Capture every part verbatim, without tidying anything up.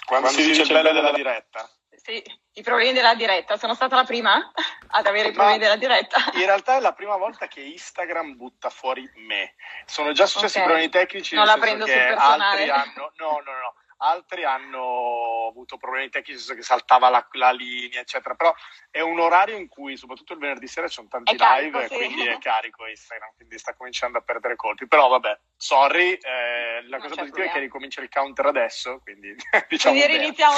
Quando, Quando si dice il bello della diretta. Sì, i problemi della diretta. Sono stata la prima ad avere i problemi Ma della diretta. In realtà è la prima volta che Instagram butta fuori me. Sono già successi okay. problemi tecnici, non nel la senso prendo che sul personale. altri hanno... No, no, no. Altri hanno avuto problemi tecnici, nel senso che saltava la, la linea, eccetera. Però è un orario in cui, soprattutto il venerdì sera, ci sono tanti carico, live, sì. quindi è carico Instagram, quindi sta cominciando a perdere colpi. Però vabbè, sorry, eh, la cosa positiva problema. è che ricomincia il counter adesso, quindi diciamo quindi riniziamo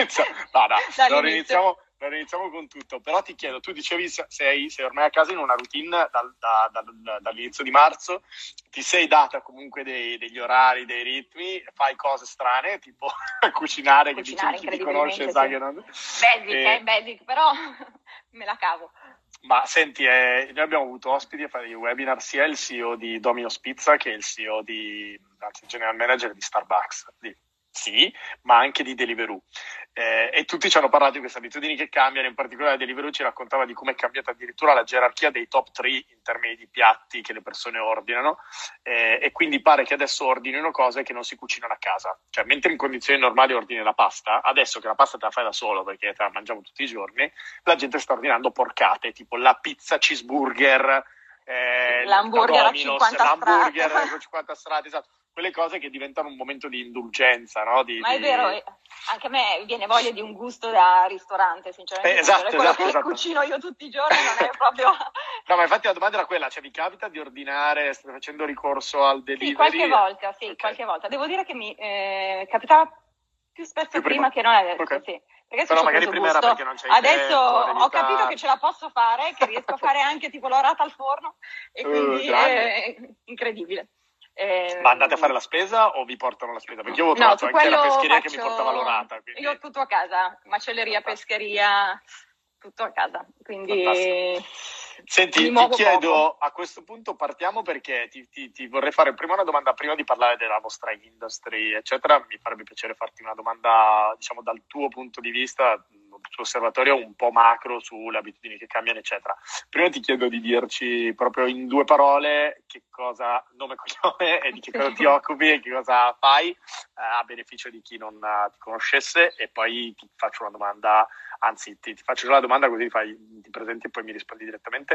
no, no, no riniziamo, lo iniziamo con tutto. Però ti chiedo, tu dicevi sei, sei ormai a casa in una routine dal, da, da, dall'inizio di marzo, ti sei data comunque dei, degli orari, dei ritmi, fai cose strane tipo cucinare, che cucinare, dici, chi ti conosce sì. sa che non... Basic, e... eh, basic, però me la cavo. Ma senti, eh, noi abbiamo avuto ospiti a fare dei webinar, sia il C E O di Domino's Pizza che il C E O di, anzi, il General Manager di Starbucks, di, sì, ma anche di Deliveroo. Eh, e tutti ci hanno parlato di queste abitudini che cambiano, in particolare Deliveroo ci raccontava di come è cambiata addirittura la gerarchia dei top tre in termini di piatti che le persone ordinano, eh, e quindi pare che adesso ordinino cose che non si cucinano a casa. Cioè, mentre in condizioni normali ordini la pasta, adesso che la pasta te la fai da solo perché te la mangiamo tutti i giorni, la gente sta ordinando porcate, tipo la pizza cheeseburger, eh, l'hamburger a cinquanta l'hamburger con cinquanta strati, esatto. Quelle cose che diventano un momento di indulgenza, no? Di, Ma è di... vero, anche a me viene voglia di un gusto da ristorante, sinceramente. Eh, esatto, quello esatto, che esatto. cucino io tutti i giorni non è proprio... No, ma infatti la domanda era quella, cioè vi capita di ordinare, state facendo ricorso al delivery? Sì, qualche volta, sì, okay. qualche volta. Devo dire che mi eh, capitava più spesso più prima. prima che non adesso, okay. sì. Perché però magari prima gusto. era perché non c'hai adesso tempo, ho capito che ce la posso fare, che riesco a fare anche tipo l'orata al forno e quindi uh, è incredibile. Eh, ma andate a fare la spesa o vi portano la spesa? Perché io ho trovato no, anche la pescheria faccio... che mi portava l'orata. Quindi... Io tutto a casa, macelleria, pescheria, tutto a casa. Quindi fantastico. Senti, ti chiedo, poco. A questo punto partiamo perché ti, ti, ti vorrei fare prima una domanda, prima di parlare della vostra industry, eccetera, mi farebbe piacere farti una domanda, diciamo, dal tuo punto di vista, dal tuo osservatorio un po' macro sulle abitudini che cambiano, eccetera. Prima ti chiedo di dirci proprio in due parole che cosa, nome, cognome e di che cosa ti occupi e che cosa fai, eh, a beneficio di chi non uh, ti conoscesse, e poi ti faccio una domanda, anzi ti, ti faccio già la domanda così ti, fai, ti presenti e poi mi rispondi direttamente.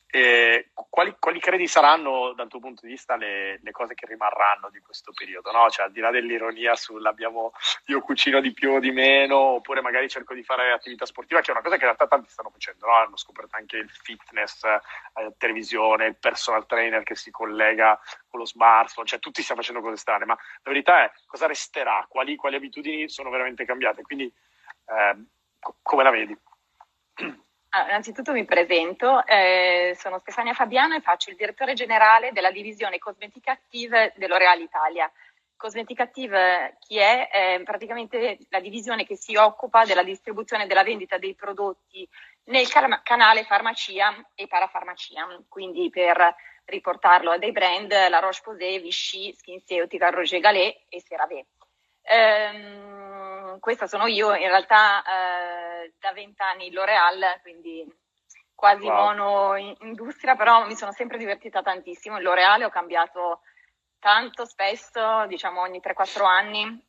E quali, quali credi saranno dal tuo punto di vista le, le cose che rimarranno di questo periodo, no? Cioè, al di là dell'ironia sull'abbiamo io cucino di più o di meno, oppure magari cerco di fare attività sportiva, che è una cosa che in realtà tanti stanno facendo, no? Hanno scoperto anche il fitness, eh, televisione, il personal trainer che si collega con lo smartphone, cioè tutti stanno facendo cose strane, ma la verità è cosa resterà, quali, quali abitudini sono veramente cambiate, quindi eh, co- come la vedi? Ah, innanzitutto mi presento, eh, sono Stefania Fabiano e faccio il direttore generale della divisione Cosmetic Active dell'Oréal Italia. Cosmetic Active chi è? È praticamente la divisione che si occupa della distribuzione e della vendita dei prodotti nel can- canale farmacia e parafarmacia, quindi per riportarlo a dei brand La Roche-Posay, Vichy, SkinCeutica, Roger Gallet e CeraVe. Ehm, questa sono io, in realtà eh, da vent'anni L'Oréal, quindi quasi wow. mono in industria, però mi sono sempre divertita tantissimo in L'Oréal, ho cambiato tanto spesso, diciamo ogni tre quattro anni,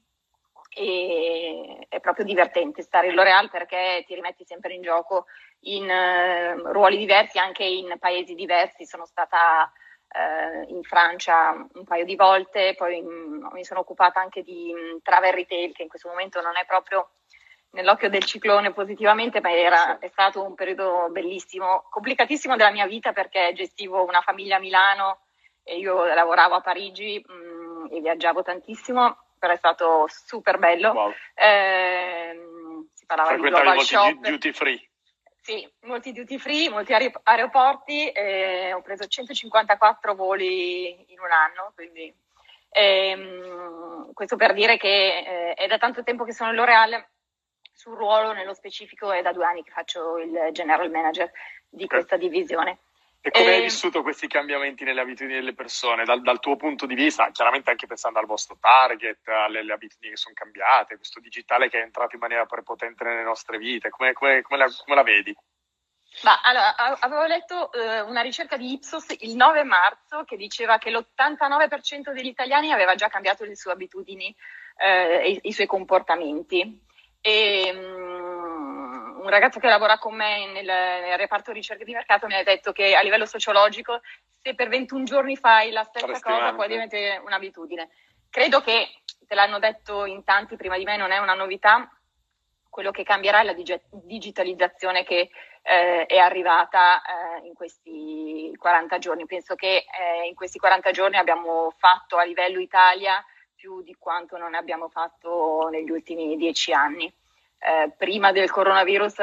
e è proprio divertente stare in L'Oréal perché ti rimetti sempre in gioco in uh, ruoli diversi, anche in paesi diversi. Sono stata uh, in Francia un paio di volte, poi mh, mi sono occupata anche di mh, travel retail, che in questo momento non è proprio nell'occhio del ciclone positivamente, ma era, è stato un periodo bellissimo, complicatissimo della mia vita perché gestivo una famiglia a Milano e io lavoravo a Parigi mh, e viaggiavo tantissimo, però è stato super bello. Wow. Eh, si parlava di global shop. Duty free. Sì, molti duty free, molti aeroporti, eh, ho preso centocinquantaquattro voli in un anno, quindi ehm, questo per dire che eh, è da tanto tempo che sono in L'Oréal, sul ruolo nello specifico è da due anni che faccio il general manager di questa divisione. E come e... hai vissuto questi cambiamenti nelle abitudini delle persone, dal, dal tuo punto di vista, chiaramente anche pensando al vostro target, alle, alle abitudini che sono cambiate, questo digitale che è entrato in maniera prepotente nelle nostre vite, come, come, come, la, come la vedi? Ma allora, avevo letto eh, una ricerca di Ipsos il nove marzo che diceva che l'ottantanove per cento degli italiani aveva già cambiato le sue abitudini eh, i, i suoi comportamenti. E, um, un ragazzo che lavora con me nel, nel reparto ricerche di mercato mi ha detto che a livello sociologico, se per ventuno giorni fai la stessa cosa, poi diventa un'abitudine. Credo che, te l'hanno detto in tanti prima di me, non è una novità. Quello che cambierà è la dig- digitalizzazione che eh, è arrivata eh, in questi quaranta giorni. Penso che eh, in questi quaranta giorni abbiamo fatto a livello Italia più di quanto non abbiamo fatto negli ultimi dieci anni. Eh, prima del coronavirus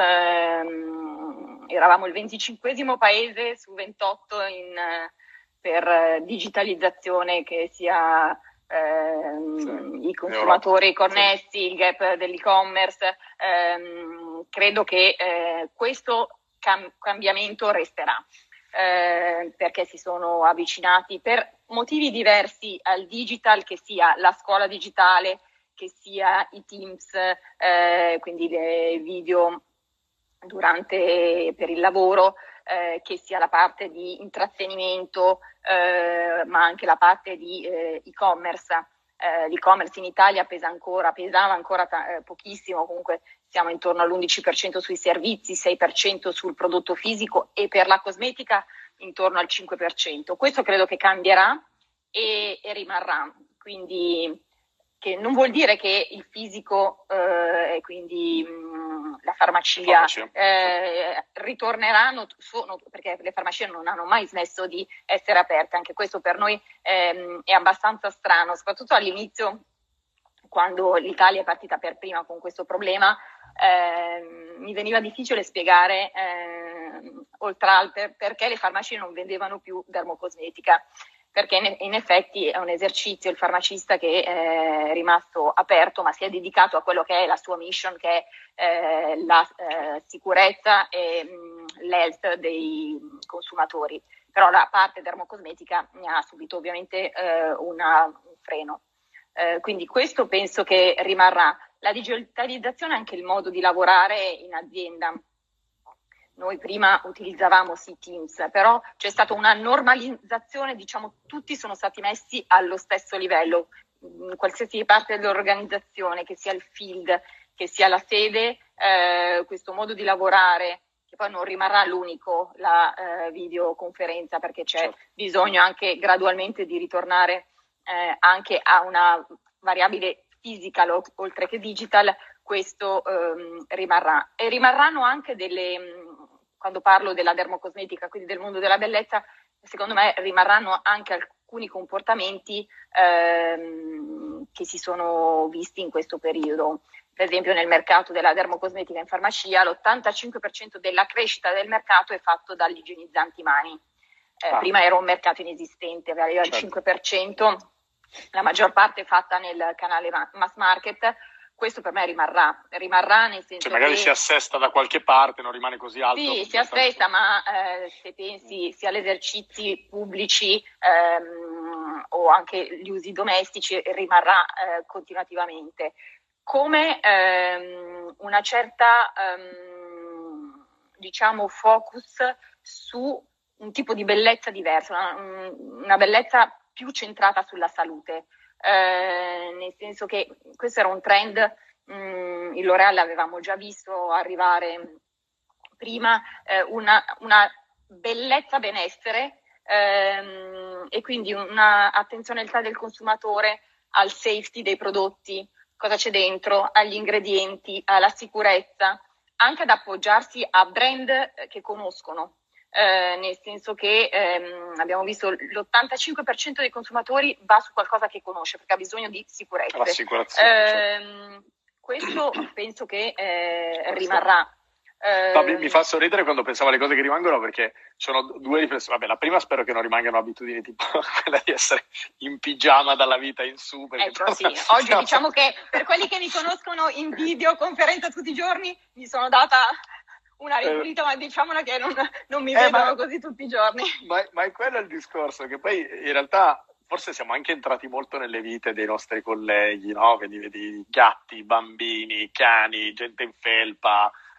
ehm, eravamo il venticinquesimo paese su ventotto in, per digitalizzazione, che sia ehm, sì, i consumatori Europa. Connessi, sì. Il gap dell'e-commerce. Ehm, credo che eh, questo cam- cambiamento resterà. Eh, perché si sono avvicinati per motivi diversi al digital, che sia la scuola digitale, che sia i Teams, eh, quindi le video durante per il lavoro, eh, che sia la parte di intrattenimento, eh, ma anche la parte di eh, e-commerce. Eh, l'e-commerce in Italia pesa ancora, pesava ancora ta- eh, pochissimo, comunque siamo intorno all'undici per cento sui servizi, sei per cento sul prodotto fisico e per la cosmetica intorno al cinque per cento. Questo credo che cambierà e, e rimarrà, quindi che non vuol dire che il fisico e eh, quindi mh, la farmacia, farmacia. Eh, ritorneranno, sono, perché le farmacie non hanno mai smesso di essere aperte. Anche questo per noi ehm, è abbastanza strano, soprattutto all'inizio, quando l'Italia è partita per prima con questo problema. Eh, mi veniva difficile spiegare eh, oltre al per, perché le farmacie non vendevano più dermocosmetica, perché in, in effetti è un esercizio il farmacista che è rimasto aperto, ma si è dedicato a quello che è la sua mission, che è eh, la eh, sicurezza e mh, l'health dei consumatori. Però la parte dermocosmetica ne ha subito ovviamente eh, una, un freno. Eh, quindi questo penso che rimarrà. La digitalizzazione è anche il modo di lavorare in azienda. Noi prima utilizzavamo sì Teams, però c'è stata una normalizzazione, diciamo tutti sono stati messi allo stesso livello, in qualsiasi parte dell'organizzazione, che sia il field, che sia la sede, eh, questo modo di lavorare, che poi non rimarrà l'unico, la eh, videoconferenza, perché c'è certo. bisogno anche gradualmente di ritornare eh, anche a una variabile fisica oltre che digital. Questo ehm, rimarrà. E rimarranno anche delle, quando parlo della dermocosmetica, quindi del mondo della bellezza, secondo me rimarranno anche alcuni comportamenti ehm, che si sono visti in questo periodo. Per esempio nel mercato della dermocosmetica in farmacia l'ottantacinque per cento della crescita del mercato è fatto dagli igienizzanti mani. Eh, ah. Prima era un mercato inesistente, aveva certo. il cinque per cento, la maggior parte è fatta nel canale mass market. Questo per me rimarrà, rimarrà nel senso cioè magari che... si assesta da qualche parte, non rimane così alto. Sì, si assesta, ma eh, se pensi sia agli esercizi pubblici ehm, o anche gli usi domestici, rimarrà eh, continuativamente. Come ehm, una certa, ehm, diciamo, focus su un tipo di bellezza diversa, una, una bellezza più centrata sulla salute. Eh, nel senso che questo era un trend, mh, il L'Oréal l'avevamo già visto arrivare prima, eh, una, una bellezza benessere ehm, e quindi una attenzionalità del consumatore al safety dei prodotti, cosa c'è dentro, agli ingredienti, alla sicurezza, anche ad appoggiarsi a brand che conoscono. Eh, nel senso che ehm, abbiamo visto l'ottantacinque per cento dei consumatori va su qualcosa che conosce perché ha bisogno di sicurezza. Eh, questo penso che eh, rimarrà. Eh, no, mi, mi fa sorridere quando pensavo alle cose che rimangono, perché sono due riflessioni. Vabbè, la prima, spero che non rimangano abitudini tipo quella di essere in pigiama dalla vita in su. Ecco, sì. Oggi diciamo che per quelli che mi conoscono in videoconferenza tutti i giorni mi sono data una ripulita, eh, ma diciamola che non, non mi eh, vedono ma, così tutti i giorni. Ma, ma è quello il discorso, che poi in realtà forse siamo anche entrati molto nelle vite dei nostri colleghi, no? Quindi vedi gatti, bambini, cani, gente in felpa,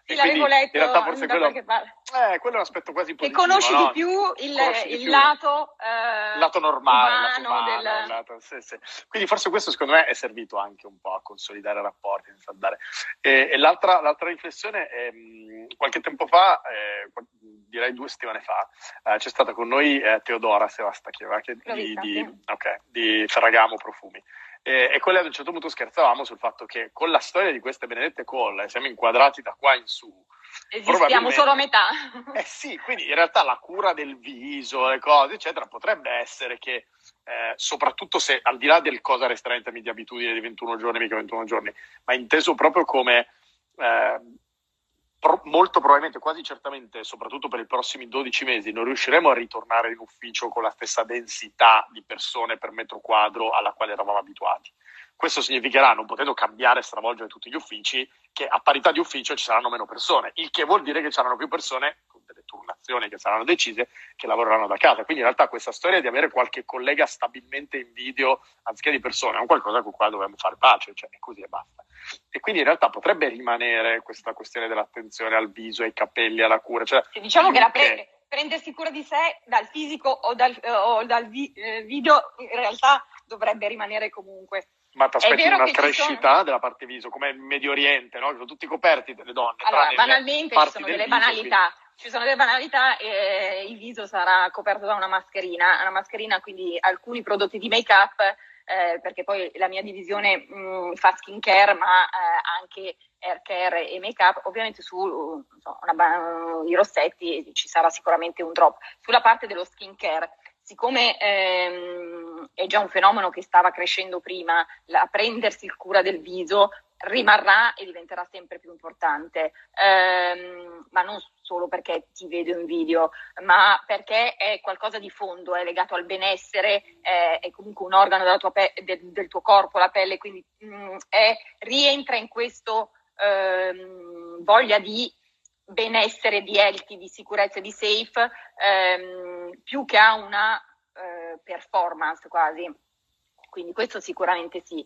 Sì, l'avevo letto, in realtà forse quello, che parla. Eh, quello è un aspetto quasi positivo. Che conosci no? di più il, conosci il di più lato, eh, lato normale, umano, lato umano, del... lato, sì, sì. Quindi forse questo secondo me è servito anche un po' a consolidare rapporti. Andare. E, e l'altra, l'altra riflessione, è, qualche tempo fa, eh, direi due settimane fa, eh, c'è stata con noi eh, Teodora Sevastacheva che di, vista, di, sì. okay, di Ferragamo Profumi. E, e con lei ad un certo punto scherzavamo sul fatto che con la storia di queste benedette colle siamo inquadrati da qua in su. Esistiamo solo a metà. Eh sì, quindi in realtà la cura del viso, le cose, eccetera, potrebbe essere che, eh, soprattutto se al di là del cosa resterà in termini di abitudine di ventuno giorni, mica ventuno giorni, ma inteso proprio come eh, pro- molto probabilmente, quasi certamente, soprattutto per i prossimi dodici mesi, non riusciremo a ritornare in ufficio con la stessa densità di persone per metro quadro alla quale eravamo abituati. Questo significherà, non potendo cambiare e stravolgere tutti gli uffici, che a parità di ufficio ci saranno meno persone, il che vuol dire che ci saranno più persone, con delle turnazioni che saranno decise, che lavoreranno da casa. Quindi in realtà questa storia di avere qualche collega stabilmente in video, anziché di persone, è un qualcosa con cui dobbiamo fare pace, cioè è così e basta. E quindi in realtà potrebbe rimanere questa questione dell'attenzione al viso, ai capelli, alla cura. Cioè, diciamo che la pre- prendersi cura di sé dal fisico o dal, o dal vi- eh, video in realtà dovrebbe rimanere comunque. Ma ti aspetti una crescita sono... della parte viso, come il Medio Oriente, no? Che sono tutti coperti delle donne. Allora, banalmente ci sono delle viso, banalità. Quindi... Ci sono delle banalità e il viso sarà coperto da una mascherina. Una mascherina, quindi alcuni prodotti di make-up, eh, perché poi la mia divisione mh, fa skin care, ma eh, anche hair care e make-up. Ovviamente su uh, so, una, uh, i rossetti ci sarà sicuramente un drop. Sulla parte dello skin care, siccome ehm, è già un fenomeno che stava crescendo prima, la, prendersi cura del viso rimarrà e diventerà sempre più importante, ehm, ma non solo perché ti vedo in video, ma perché è qualcosa di fondo, è legato al benessere, eh, è comunque un organo della tua pe- del, del tuo corpo, la pelle, quindi mh, è, rientra in questo ehm, voglia di benessere, di healthy, di sicurezza, di safe, ehm, più che a una eh, performance quasi. Quindi questo sicuramente sì.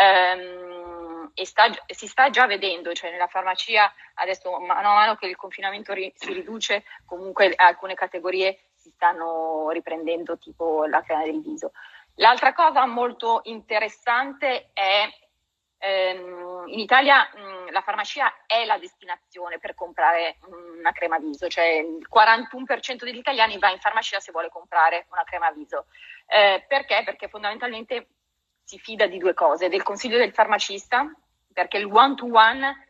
Ehm, e sta, si sta già vedendo, cioè nella farmacia adesso mano a mano che il confinamento ri, si riduce, comunque alcune categorie si stanno riprendendo, tipo la crema del viso. L'altra cosa molto interessante è ehm, in Italia mh, la farmacia è la destinazione per comprare mh, una crema viso, cioè il quarantuno per cento degli italiani va in farmacia se vuole comprare una crema viso. Eh, perché? Perché fondamentalmente si fida di due cose, del consiglio del farmacista, perché il one to one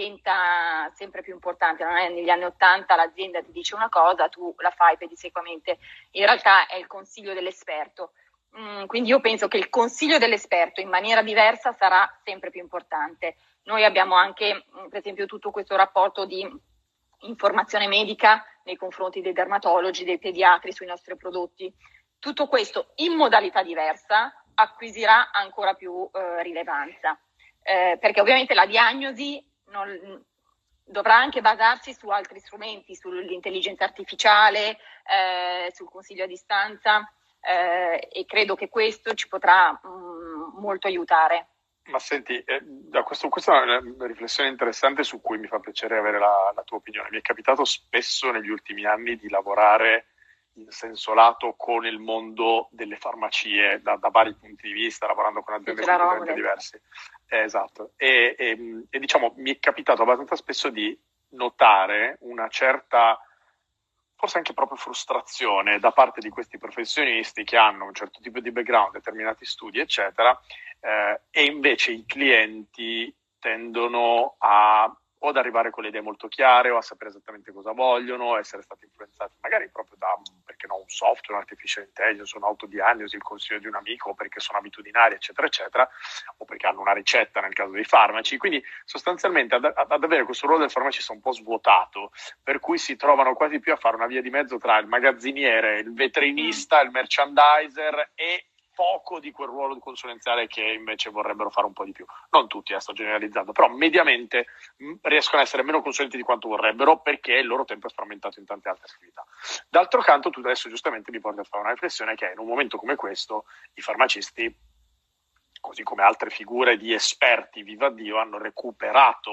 diventa sempre più importante, non è negli anni ottanta l'azienda ti dice una cosa, tu la fai pedissequamente, in realtà è il consiglio dell'esperto. Mm, quindi io penso che il consiglio dell'esperto in maniera diversa sarà sempre più importante. Noi abbiamo anche, per esempio, tutto questo rapporto di informazione medica nei confronti dei dermatologi, dei pediatri sui nostri prodotti. Tutto questo in modalità diversa acquisirà ancora più eh, rilevanza, eh, perché ovviamente la diagnosi non, dovrà anche basarsi su altri strumenti, sull'intelligenza artificiale, eh, sul consiglio a distanza, eh, e credo che questo ci potrà mh, molto aiutare. Ma senti, eh, da questo, questa è una riflessione interessante su cui mi fa piacere avere la, la tua opinione. Mi è capitato spesso negli ultimi anni di lavorare in senso lato con il mondo delle farmacie da, da vari punti di vista, lavorando con aziende completamente diverse. Eh, esatto. E, e, e diciamo mi è capitato abbastanza spesso di notare una certa, forse anche proprio frustrazione da parte di questi professionisti che hanno un certo tipo di background, determinati studi, eccetera, eh, e invece i clienti tendono a o ad arrivare con le idee molto chiare o a sapere esattamente cosa vogliono, essere stati influenzati magari proprio da, perché no, un software, un'artificial intelligence, un'autodiagnosi, il consiglio di un amico, o perché sono abitudinari, eccetera, eccetera, o perché hanno una ricetta nel caso dei farmaci. Quindi sostanzialmente ad, ad avere questo ruolo del farmacista un po' svuotato, per cui si trovano quasi più a fare una via di mezzo tra il magazziniere, il veterinista, il merchandiser e poco di quel ruolo consulenziale che invece vorrebbero fare un po' di più. Non tutti, eh, sto generalizzando, però mediamente mh, riescono a essere meno consulenti di quanto vorrebbero perché il loro tempo è frammentato in tante altre attività. D'altro canto, tu adesso giustamente mi porti a fare una riflessione che in un momento come questo i farmacisti, così come altre figure di esperti, viva Dio, hanno recuperato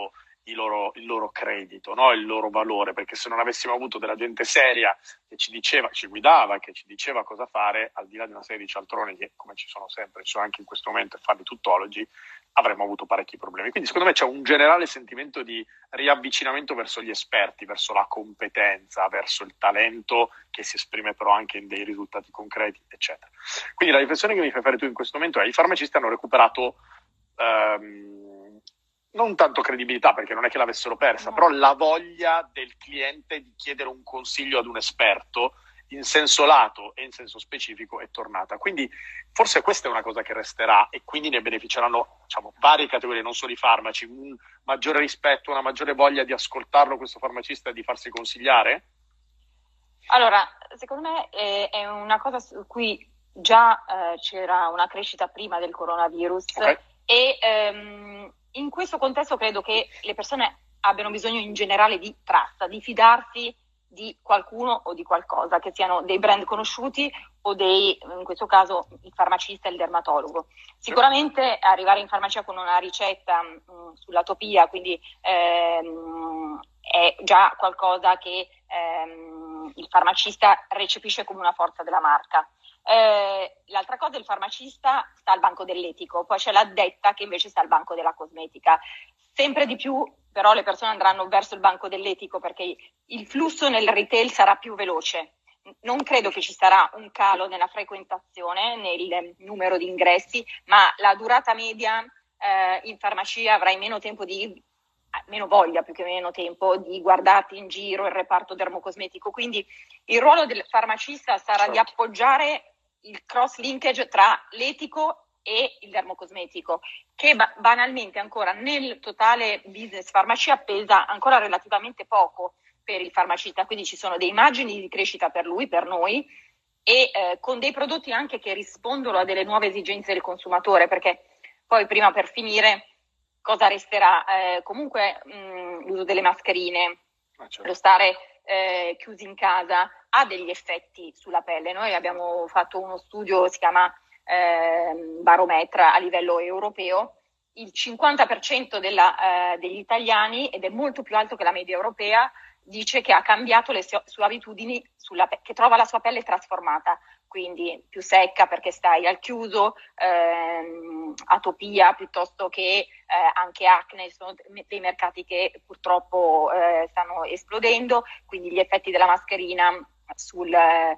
il loro, il loro credito, no? Il loro valore, perché se non avessimo avuto della gente seria che ci diceva, ci guidava, che ci diceva cosa fare, al di là di una serie di cialtroni che, come ci sono sempre, ci sono anche in questo momento, e fanno i tuttologi, avremmo avuto parecchi problemi. Quindi secondo me c'è un generale sentimento di riavvicinamento verso gli esperti, verso la competenza, verso il talento che si esprime però anche in dei risultati concreti, eccetera. Quindi la riflessione che mi fai fare tu in questo momento è: i farmacisti hanno recuperato ehm, non tanto credibilità, perché non è che l'avessero persa, no, però la voglia del cliente di chiedere un consiglio ad un esperto in senso lato e in senso specifico è tornata. Quindi forse questa è una cosa che resterà, e quindi ne beneficeranno, diciamo, varie categorie, non solo i farmaci, un maggiore rispetto, una maggiore voglia di ascoltarlo questo farmacista e di farsi consigliare? Allora, secondo me è, è una cosa su cui già eh, c'era una crescita prima del coronavirus, okay. e ehm, in questo contesto credo che le persone abbiano bisogno in generale di trust, di fidarsi di qualcuno o di qualcosa, che siano dei brand conosciuti o dei, in questo caso, il farmacista e il dermatologo. Sicuramente arrivare in farmacia con una ricetta mh, sull'atopia, quindi ehm, è già qualcosa che ehm, il farmacista recepisce come una forza della marca. Eh, l'altra cosa, il farmacista sta al banco dell'etico, poi c'è l'addetta che invece sta al banco della cosmetica. Sempre di più però le persone andranno verso il banco dell'etico, perché il flusso nel retail sarà più veloce. Non credo che ci sarà un calo nella frequentazione, nel numero di ingressi, ma la durata media eh, in farmacia avrai meno tempo di, meno voglia più che meno tempo di guardarti in giro il reparto dermocosmetico. Quindi il ruolo del farmacista sarà certo. di appoggiare il cross linkage tra l'etico e il dermocosmetico, che ba- banalmente ancora nel totale business farmacia pesa ancora relativamente poco per il farmacista, quindi ci sono dei margini di crescita per lui, per noi, e eh, con dei prodotti anche che rispondono a delle nuove esigenze del consumatore, perché poi prima, per finire, cosa resterà? Eh, comunque mh, l'uso delle mascherine, ah, certo. lo stare eh, chiusi in casa ha degli effetti sulla pelle. Noi abbiamo fatto uno studio, si chiama eh, Barometra, a livello europeo. Il cinquanta per cento della, eh, degli italiani, ed è molto più alto che la media europea, dice che ha cambiato le sue, sue abitudini, sulla pe- che trova la sua pelle trasformata, quindi più secca perché stai al chiuso, ehm, atopia piuttosto che eh, anche acne. Sono dei mercati che purtroppo eh, stanno esplodendo, quindi gli effetti della mascherina sul,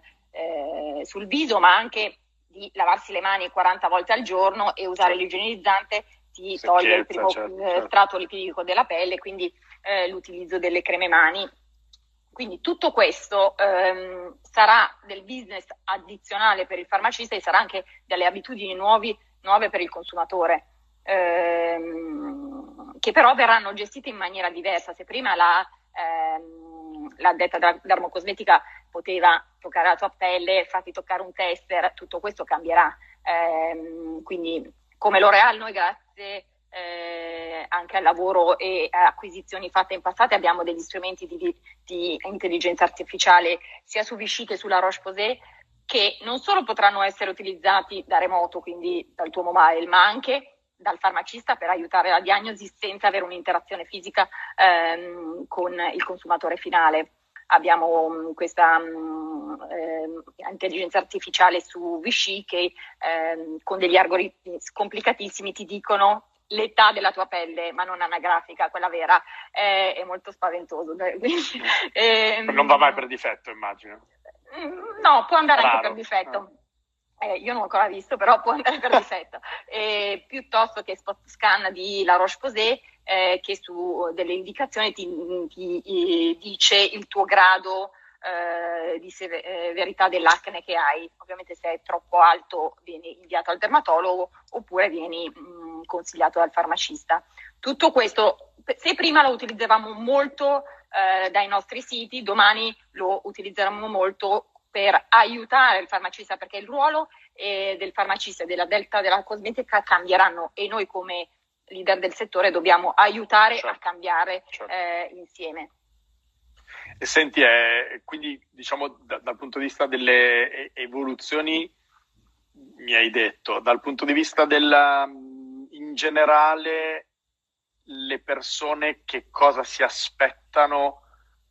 eh, sul viso, ma anche di lavarsi le mani quaranta volte al giorno e usare certo. l'igienizzante ti Secchezza, toglie il primo certo, certo. strato lipidico della pelle, quindi eh, l'utilizzo delle creme mani. Quindi tutto questo ehm, sarà del business addizionale per il farmacista e sarà anche delle abitudini nuovi, nuove per il consumatore, ehm, che però verranno gestite in maniera diversa. Se prima la, ehm, l'addetta dermocosmetica poteva toccare la tua pelle, farti toccare un tester, tutto questo cambierà. Ehm, quindi come L'Oréal noi, grazie Eh, anche al lavoro e acquisizioni fatte in passato, abbiamo degli strumenti di, di intelligenza artificiale sia su Vichy che sulla Roche-Posay, che non solo potranno essere utilizzati da remoto, quindi dal tuo mobile, ma anche dal farmacista per aiutare la diagnosi senza avere un'interazione fisica ehm, con il consumatore finale. Abbiamo um, questa um, eh, intelligenza artificiale su Vichy che ehm, con degli algoritmi complicatissimi ti dicono l'età della tua pelle, ma non anagrafica, quella vera, è, è molto spaventoso. Quindi, ehm, non va mai per difetto, immagino. No, può andare Raro. anche per difetto. Eh, io non l'ho ancora visto, però può andare per difetto. Eh, piuttosto che spot scan di La Roche-Posay, eh, che su delle indicazioni ti, ti, ti dice il tuo grado eh, di severità dell'acne che hai. Ovviamente se è troppo alto vieni inviato al dermatologo oppure vieni mh, consigliato dal farmacista. Tutto questo, se prima lo utilizzavamo molto eh, dai nostri siti, domani lo utilizzeremo molto per aiutare il farmacista, perché il ruolo eh, del farmacista e della delta della cosmetica cambieranno e noi come leader del settore dobbiamo aiutare certo. a cambiare certo. eh, insieme. E senti, eh, quindi diciamo da, dal punto di vista delle evoluzioni, mi hai detto, dal punto di vista della, in generale, le persone che cosa si aspettano,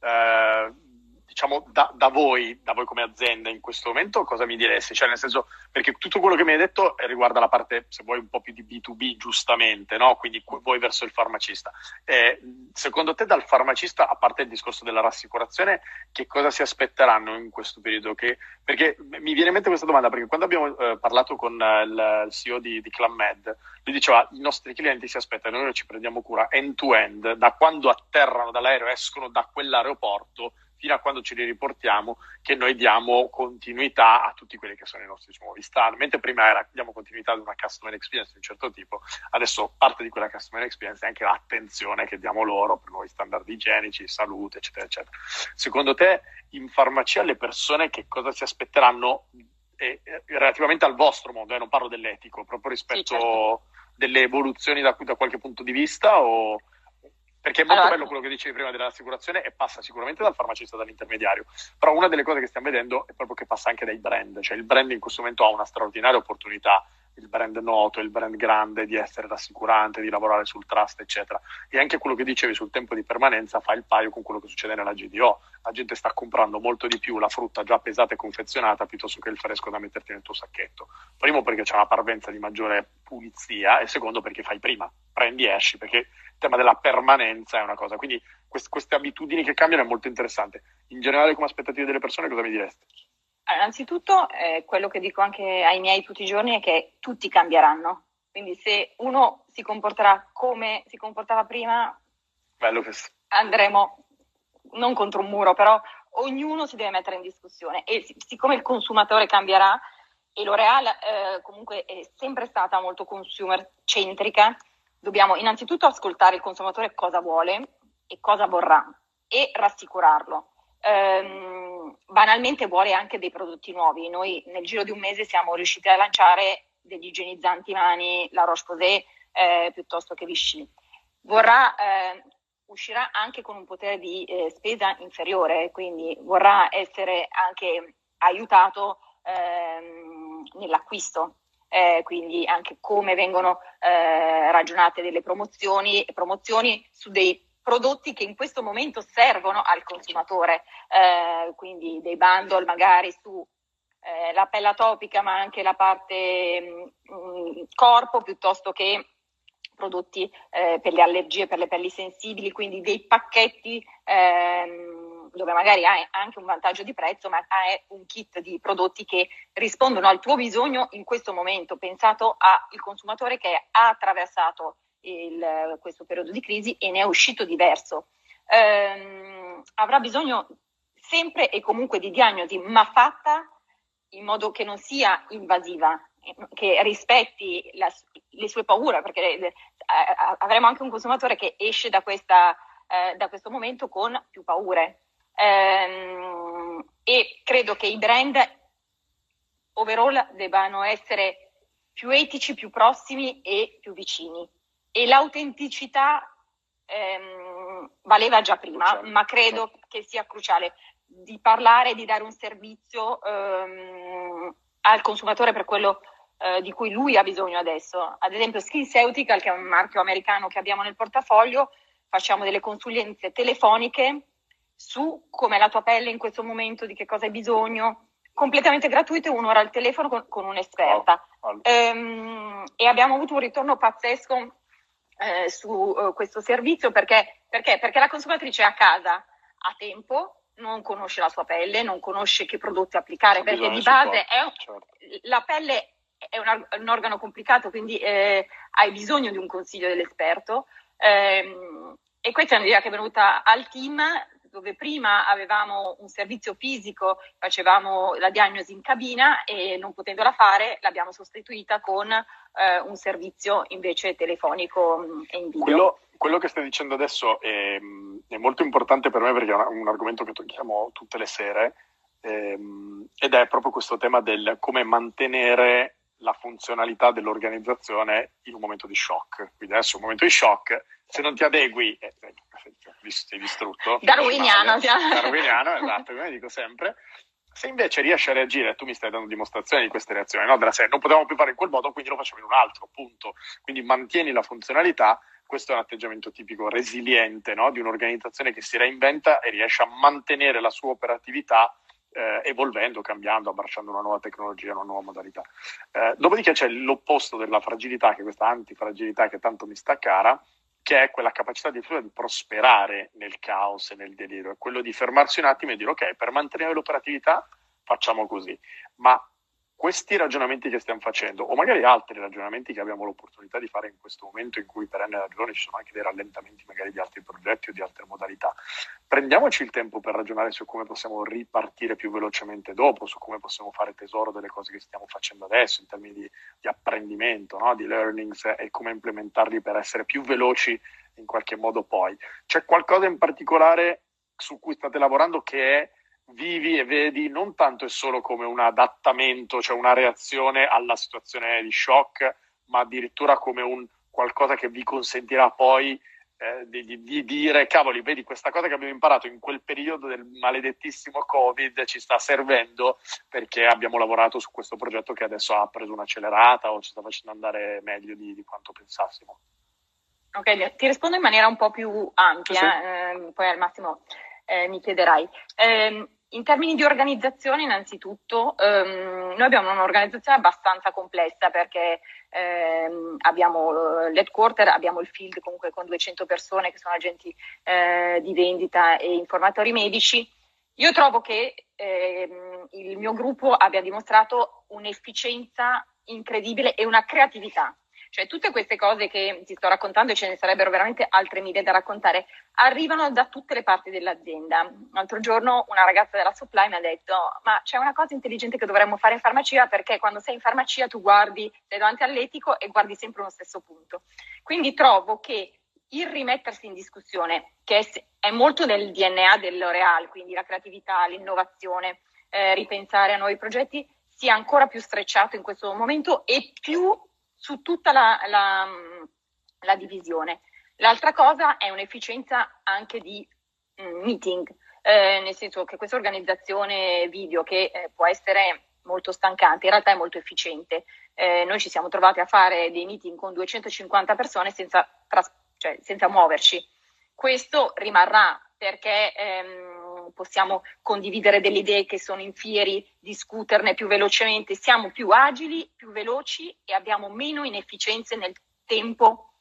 eh, diciamo, da, da voi, da voi come azienda in questo momento, cosa mi diresti? Cioè, nel senso, perché tutto quello che mi hai detto riguarda la parte, se vuoi, un po' più di B due B, giustamente, no? Quindi voi verso il farmacista. Eh, secondo te dal farmacista, a parte il discorso della rassicurazione, che cosa si aspetteranno in questo periodo? Che, perché mi viene in mente questa domanda, perché quando abbiamo eh, parlato con eh, il C E O di, di ClubMed, lui diceva i nostri clienti si aspettano, noi ci prendiamo cura end-to-end, da quando atterrano dall'aereo, escono da quell'aeroporto, fino a quando ci li riportiamo, che noi diamo continuità a tutti quelli che sono i nostri nuovi stand. Mentre prima era diamo continuità ad una customer experience di un certo tipo, adesso parte di quella customer experience è anche l'attenzione che diamo loro per nuovi standard igienici, salute, eccetera, eccetera. Secondo te, in farmacia le persone che cosa si aspetteranno eh, relativamente al vostro mondo? Eh, non parlo dell'etico, proprio rispetto sì, certo. delle evoluzioni da, da qualche punto di vista o... Perché è molto allora, bello quello che dicevi prima dell'assicurazione e passa sicuramente dal farmacista, dall'intermediario, però una delle cose che stiamo vedendo è proprio che passa anche dai brand, cioè il brand in questo momento ha una straordinaria opportunità, il brand noto, il brand grande, di essere rassicurante, di lavorare sul trust, eccetera. E anche quello che dicevi sul tempo di permanenza fa il paio con quello che succede nella G D O. La gente sta comprando molto di più la frutta già pesata e confezionata piuttosto che il fresco da metterti nel tuo sacchetto. Primo perché c'è una parvenza di maggiore pulizia e secondo perché fai prima, prendi e esci, perché il tema della permanenza è una cosa. Quindi quest- queste abitudini che cambiano è molto interessante. In generale, come aspettative delle persone, cosa mi diresti? Innanzitutto, eh, quello che dico anche ai miei tutti i giorni è che tutti cambieranno. Quindi se uno si comporterà come si comportava prima, bello che... andremo non contro un muro, però ognuno si deve mettere in discussione. E sic- siccome il consumatore cambierà, e L'Oréal eh, comunque è sempre stata molto consumer centrica, dobbiamo innanzitutto ascoltare il consumatore cosa vuole e cosa vorrà e rassicurarlo. Ehm, banalmente vuole anche dei prodotti nuovi. Noi nel giro di un mese siamo riusciti a lanciare degli igienizzanti mani, la Roche-Posay eh, piuttosto che Vichy. Vorrà, eh, uscirà anche con un potere di eh, spesa inferiore, quindi vorrà essere anche aiutato ehm, nell'acquisto. Eh, quindi anche come vengono eh, ragionate delle promozioni, promozioni su dei prodotti che in questo momento servono al consumatore, eh, quindi dei bundle magari su eh, la pelle atopica ma anche la parte mh, corpo piuttosto che prodotti eh, per le allergie, per le pelli sensibili, quindi dei pacchetti ehm, dove magari hai anche un vantaggio di prezzo, ma hai un kit di prodotti che rispondono al tuo bisogno in questo momento, pensato al consumatore che ha attraversato il, questo periodo di crisi e ne è uscito diverso. Ehm, avrà bisogno sempre e comunque di diagnosi, ma fatta in modo che non sia invasiva, che rispetti la, le sue paure, perché eh, avremo anche un consumatore che esce da, questa, eh, da questo momento con più paure. Ehm, e credo che i brand overall debbano essere più etici, più prossimi e più vicini. E l'autenticità ehm, valeva già prima, cruciale, ma credo certo. che sia cruciale di parlare, di dare un servizio ehm, al consumatore per quello eh, di cui lui ha bisogno adesso. Ad esempio SkinCeuticals, che è un marchio americano che abbiamo nel portafoglio, facciamo delle consulenze telefoniche su come la tua pelle in questo momento, di che cosa hai bisogno, completamente gratuite, un'ora al telefono con, con un'esperta. Oh, oh. Ehm, e abbiamo avuto un ritorno pazzesco eh, su uh, questo servizio perché, perché? Perché la consumatrice è a casa a tempo, non conosce la sua pelle, non conosce che prodotti applicare, perché di base è un, certo. la pelle è un, un organo complicato, quindi eh, hai bisogno di un consiglio dell'esperto. Ehm, e questa è un'idea che è venuta al team, dove prima avevamo un servizio fisico, facevamo la diagnosi in cabina e non potendola fare l'abbiamo sostituita con eh, un servizio invece telefonico e in video. Quello, quello che stai dicendo adesso è, è molto importante per me perché è un, un argomento che tocchiamo tutte le sere ehm, ed è proprio questo tema del come mantenere la funzionalità dell'organizzazione in un momento di shock. Quindi adesso è un momento di shock, se non ti adegui eh, sei distrutto. Darwiniano. Darwiniano, esatto, come dico sempre. Se invece riesci a reagire, tu mi stai dando dimostrazione di queste reazioni, no? Della serie, non potevamo più fare in quel modo, quindi lo facciamo in un altro, punto. Quindi mantieni la funzionalità, questo è un atteggiamento tipico resiliente, no? Di un'organizzazione che si reinventa e riesce a mantenere la sua operatività eh, evolvendo, cambiando, abbracciando una nuova tecnologia, una nuova modalità. Eh, dopodiché c'è l'opposto della fragilità, che è questa antifragilità che tanto mi sta cara, che è quella capacità di, di prosperare nel caos e nel delirio, è quello di fermarsi un attimo e dire ok, per mantenere l'operatività facciamo così, ma questi ragionamenti che stiamo facendo, o magari altri ragionamenti che abbiamo l'opportunità di fare in questo momento in cui per N ragioni ci sono anche dei rallentamenti magari di altri progetti o di altre modalità, prendiamoci il tempo per ragionare su come possiamo ripartire più velocemente dopo, su come possiamo fare tesoro delle cose che stiamo facendo adesso in termini di, di apprendimento, no? Di learnings, e come implementarli per essere più veloci in qualche modo poi. C'è qualcosa in particolare su cui state lavorando che è vivi e vedi non tanto e solo come un adattamento, cioè una reazione alla situazione di shock, ma addirittura come un qualcosa che vi consentirà poi eh, di, di, di dire cavoli, vedi, questa cosa che abbiamo imparato in quel periodo del maledettissimo Covid ci sta servendo perché abbiamo lavorato su questo progetto che adesso ha preso un'accelerata o ci sta facendo andare meglio di, di quanto pensassimo. Ok, ti rispondo in maniera un po' più ampia, sì, sì. Eh, poi al massimo eh, mi chiederai. Eh, In termini di organizzazione, innanzitutto, ehm, noi abbiamo un'organizzazione abbastanza complessa perché ehm, abbiamo l'headquarter, abbiamo il field comunque con duecento persone che sono agenti eh, di vendita e informatori medici. Io trovo che ehm, il mio gruppo abbia dimostrato un'efficienza incredibile e una creatività. Cioè tutte queste cose che ti sto raccontando, e ce ne sarebbero veramente altre mille da raccontare, arrivano da tutte le parti dell'azienda. L'altro giorno una ragazza della supply mi ha detto ma c'è una cosa intelligente che dovremmo fare in farmacia, perché quando sei in farmacia tu guardi, sei davanti all'etico e guardi sempre uno stesso punto. Quindi trovo che il rimettersi in discussione, che è, è molto nel D N A del L'Oréal, quindi la creatività, l'innovazione, eh, ripensare a nuovi progetti, sia ancora più strecciato in questo momento e più su tutta la, la, la divisione. L'altra cosa è un'efficienza anche di mm, meeting, eh, nel senso che questa organizzazione video, che eh, può essere molto stancante, in realtà è molto efficiente. Eh, noi ci siamo trovati a fare dei meeting con duecentocinquanta persone senza, tras- cioè, senza muoverci. Questo rimarrà perché ehm, possiamo condividere delle idee che sono in fieri, discuterne più velocemente, siamo più agili, più veloci e abbiamo meno inefficienze nel tempo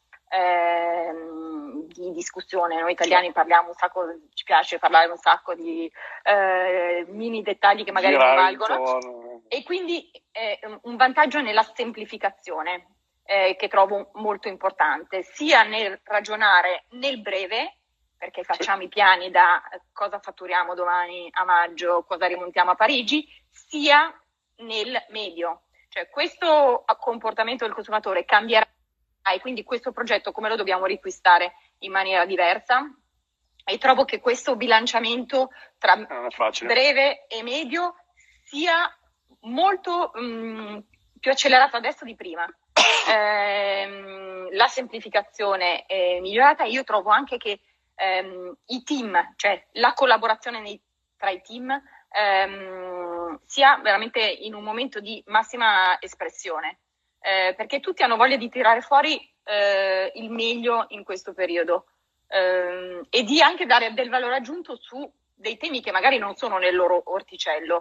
ehm, di discussione. Noi italiani parliamo un sacco, ci piace parlare un sacco di eh, mini dettagli che magari non valgono, e quindi eh, un vantaggio nella semplificazione eh, che trovo molto importante, sia nel ragionare nel breve, perché facciamo i piani da cosa fatturiamo domani a maggio, cosa rimontiamo a Parigi, sia nel medio. Cioè questo comportamento del consumatore cambierà e quindi questo progetto come lo dobbiamo riquistare in maniera diversa, e trovo che questo bilanciamento tra breve e medio sia molto mh, più accelerato adesso di prima. Eh, la semplificazione è migliorata, e io trovo anche che ehm, i team, cioè la collaborazione nei, tra i team ehm, sia veramente in un momento di massima espressione, eh, perché tutti hanno voglia di tirare fuori eh, il meglio in questo periodo eh, e di anche dare del valore aggiunto su dei temi che magari non sono nel loro orticello.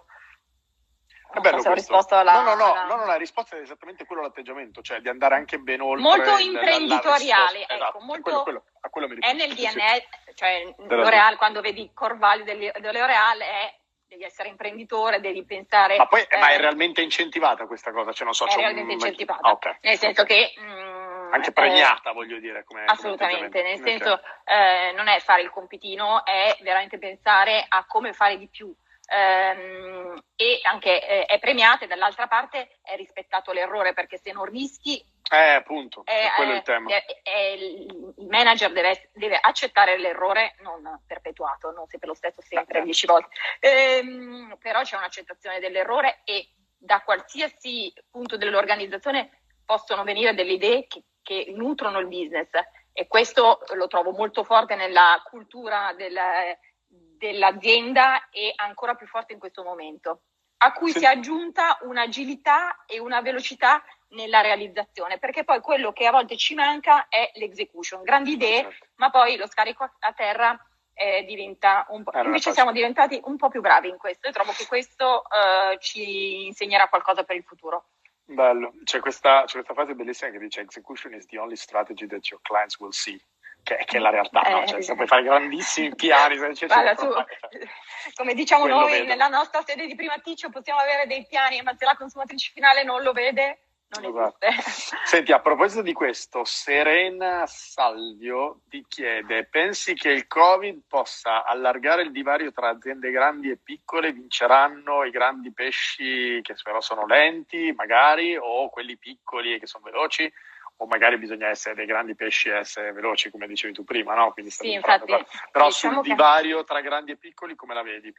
È bello so questo. Alla, no, no, no, alla... no, no, la risposta è esattamente quello, l'atteggiamento, cioè di andare anche ben oltre. Molto imprenditoriale, ecco, esatto, molto quello, quello, a quello mi è nel D N A, cioè L'Oréal, quando vedi Corvalli dell'Oréal è devi essere imprenditore, devi pensare. Ma poi eh, ma è realmente incentivata questa cosa? Cioè non so, è c'è realmente un... incentivata, ah, okay. Nel senso che mh, anche premiata, eh, voglio dire, come assolutamente, come nel senso okay. eh, non è fare il compitino, è veramente pensare a come fare di più. Um, e anche eh, è premiata, e dall'altra parte è rispettato l'errore, perché se non rischi eh appunto è, è quello è, il tema è, è, il manager deve, deve accettare l'errore non perpetuato, non sempre lo stesso sempre dieci eh. volte ehm, però c'è un'accettazione dell'errore, e da qualsiasi punto dell'organizzazione possono venire delle idee che, che nutrono il business, e questo lo trovo molto forte nella cultura del dell'azienda, e ancora più forte in questo momento, a cui sì. si è aggiunta un'agilità e una velocità nella realizzazione, perché poi quello che a volte ci manca è l'execution, grandi idee, certo. Ma poi lo scarico a terra eh, diventa un po'... Eh, invece siamo diventati un po' più bravi in questo e trovo che questo eh, ci insegnerà qualcosa per il futuro. Bello, c'è questa, c'è questa frase bellissima che dice execution is the only strategy that your clients will see. Che, che è la realtà, eh, no? Cioè, se puoi fare grandissimi piani, se c'è guarda, tu, come diciamo noi, vedo. Nella nostra sede di Prima Ticcio possiamo avere dei piani, ma se la consumatrice finale non lo vede, non esatto. esiste. Senti, a proposito di questo, Serena Salvio ti chiede: pensi che il Covid possa allargare il divario tra aziende grandi e piccole? Vinceranno i grandi pesci che però sono lenti, magari, o quelli piccoli che sono veloci? O magari bisogna essere dei grandi pesci e essere veloci, come dicevi tu prima, no? Quindi sì, infatti, però, però diciamo sul che... divario tra grandi e piccoli come la vedi?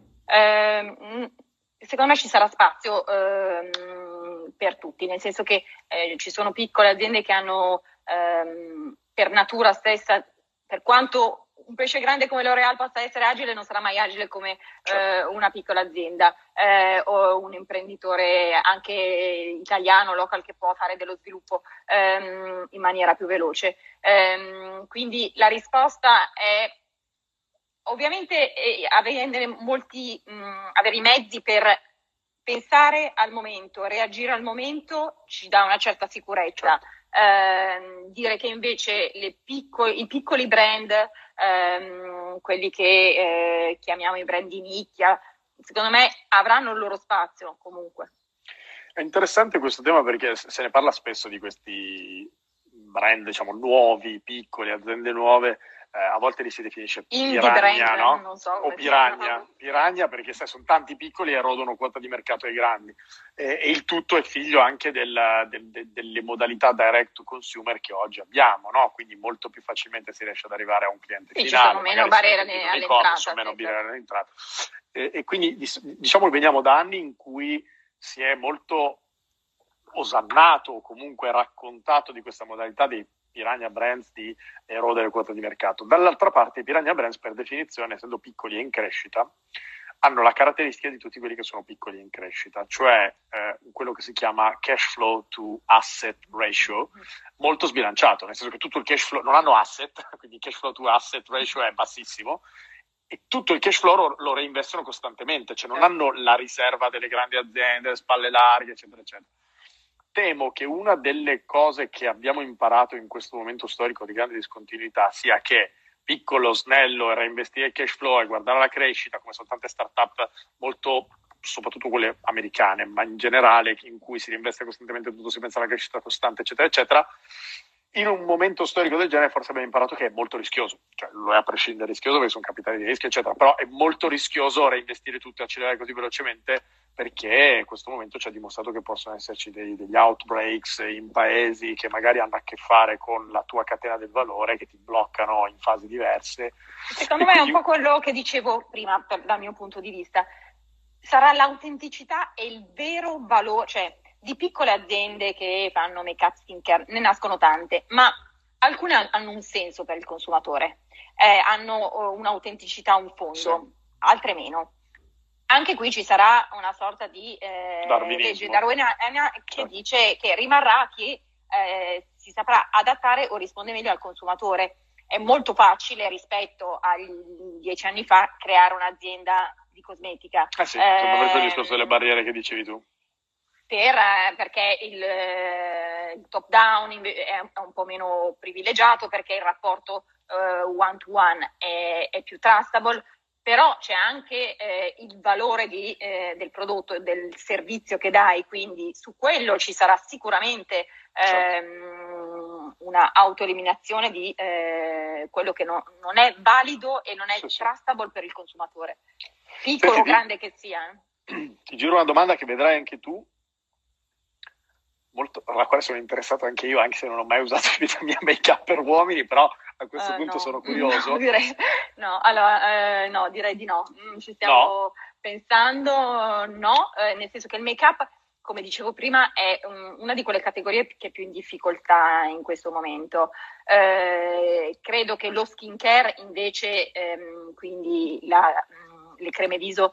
Eh, secondo me ci sarà spazio eh, per tutti, nel senso che eh, ci sono piccole aziende che hanno eh, per natura stessa, per quanto un pesce grande come L'Oréal possa essere agile, non sarà mai agile come certo. eh, una piccola azienda eh, o un imprenditore anche italiano, local, che può fare dello sviluppo ehm, in maniera più veloce. Ehm, quindi la risposta è ovviamente eh, avere, molti, mh, avere i mezzi per pensare al momento, reagire al momento ci dà una certa sicurezza. Certo. Eh, dire che invece le piccoli, i piccoli brand, ehm, quelli che eh, chiamiamo i brand di nicchia, secondo me avranno il loro spazio comunque. È interessante questo tema perché se ne parla spesso di questi brand, diciamo, nuovi, piccoli, aziende nuove. Eh, a volte li si definisce piranha, no? Non so o piranha, piranha perché sai, sono tanti piccoli e erodono quota di mercato ai grandi e, e il tutto è figlio anche del, del, del, delle modalità direct to consumer che oggi abbiamo, no? Quindi molto più facilmente si riesce ad arrivare a un cliente sì, finale, ci sono meno barriere all'entrata, sono meno barriere all'entrata. E, e quindi diciamo veniamo da anni in cui si è molto osannato o comunque raccontato di questa modalità dei Piranha Brands di erodere quota di mercato. Dall'altra parte i Piranha Brands, per definizione, essendo piccoli e in crescita, hanno la caratteristica di tutti quelli che sono piccoli e in crescita, cioè eh, quello che si chiama cash flow to asset ratio, molto sbilanciato, nel senso che tutto il cash flow, non hanno asset, quindi il cash flow to asset ratio è bassissimo, e tutto il cash flow lo, lo reinvestono costantemente, cioè non hanno la riserva delle grandi aziende, le spalle larghe, eccetera, eccetera. Temo che una delle cose che abbiamo imparato in questo momento storico di grande discontinuità sia che piccolo, snello, e reinvestire il cash flow e guardare la crescita, come sono tante start-up molto, soprattutto quelle americane, ma in generale, in cui si reinveste costantemente tutto, si pensa alla crescita costante, eccetera, eccetera. In un momento storico del genere forse abbiamo imparato che è molto rischioso, cioè lo è a prescindere rischioso perché sono capitali di rischio, eccetera, però è molto rischioso reinvestire tutto e accelerare così velocemente perché in questo momento ci ha dimostrato che possono esserci dei, degli outbreaks in paesi che magari hanno a che fare con la tua catena del valore, che ti bloccano in fasi diverse. Secondo me quindi... è un po' quello che dicevo prima, per, dal mio punto di vista. Sarà l'autenticità e il vero valore, cioè di piccole aziende che fanno make-up, skincare, ne nascono tante, ma alcune hanno un senso per il consumatore, eh, hanno un'autenticità, un fondo, sì. Altre meno. Anche qui ci sarà una sorta di eh, legge darwiniana che certo. dice che rimarrà chi eh, si saprà adattare o rispondere meglio al consumatore. È molto facile rispetto a dieci anni fa creare un'azienda di cosmetica. Ah sì, eh, sempre questo discorso delle barriere che dicevi tu. Per, perché il, il top down è un po' meno privilegiato, perché il rapporto uh, one to one è, è più trustable, però c'è anche eh, il valore di, eh, del prodotto e del servizio che dai, quindi su quello ci sarà sicuramente ehm, una autoeliminazione di eh, quello che no, non è valido e non è sì, trustable sì. per il consumatore, piccolo o grande che sia. Ti giro una domanda che vedrai anche tu, molto, alla quale sono interessato anche io, anche se non ho mai usato in vita mia make-up per uomini, però a questo uh, punto no, sono curioso. No, direi, no, allora, eh, no, direi di no. Ci stiamo no. pensando, no, eh, nel senso che il make-up, come dicevo prima, è um, una di quelle categorie che è più in difficoltà in questo momento. Eh, credo che lo skincare invece, ehm, quindi la, mh, le creme viso,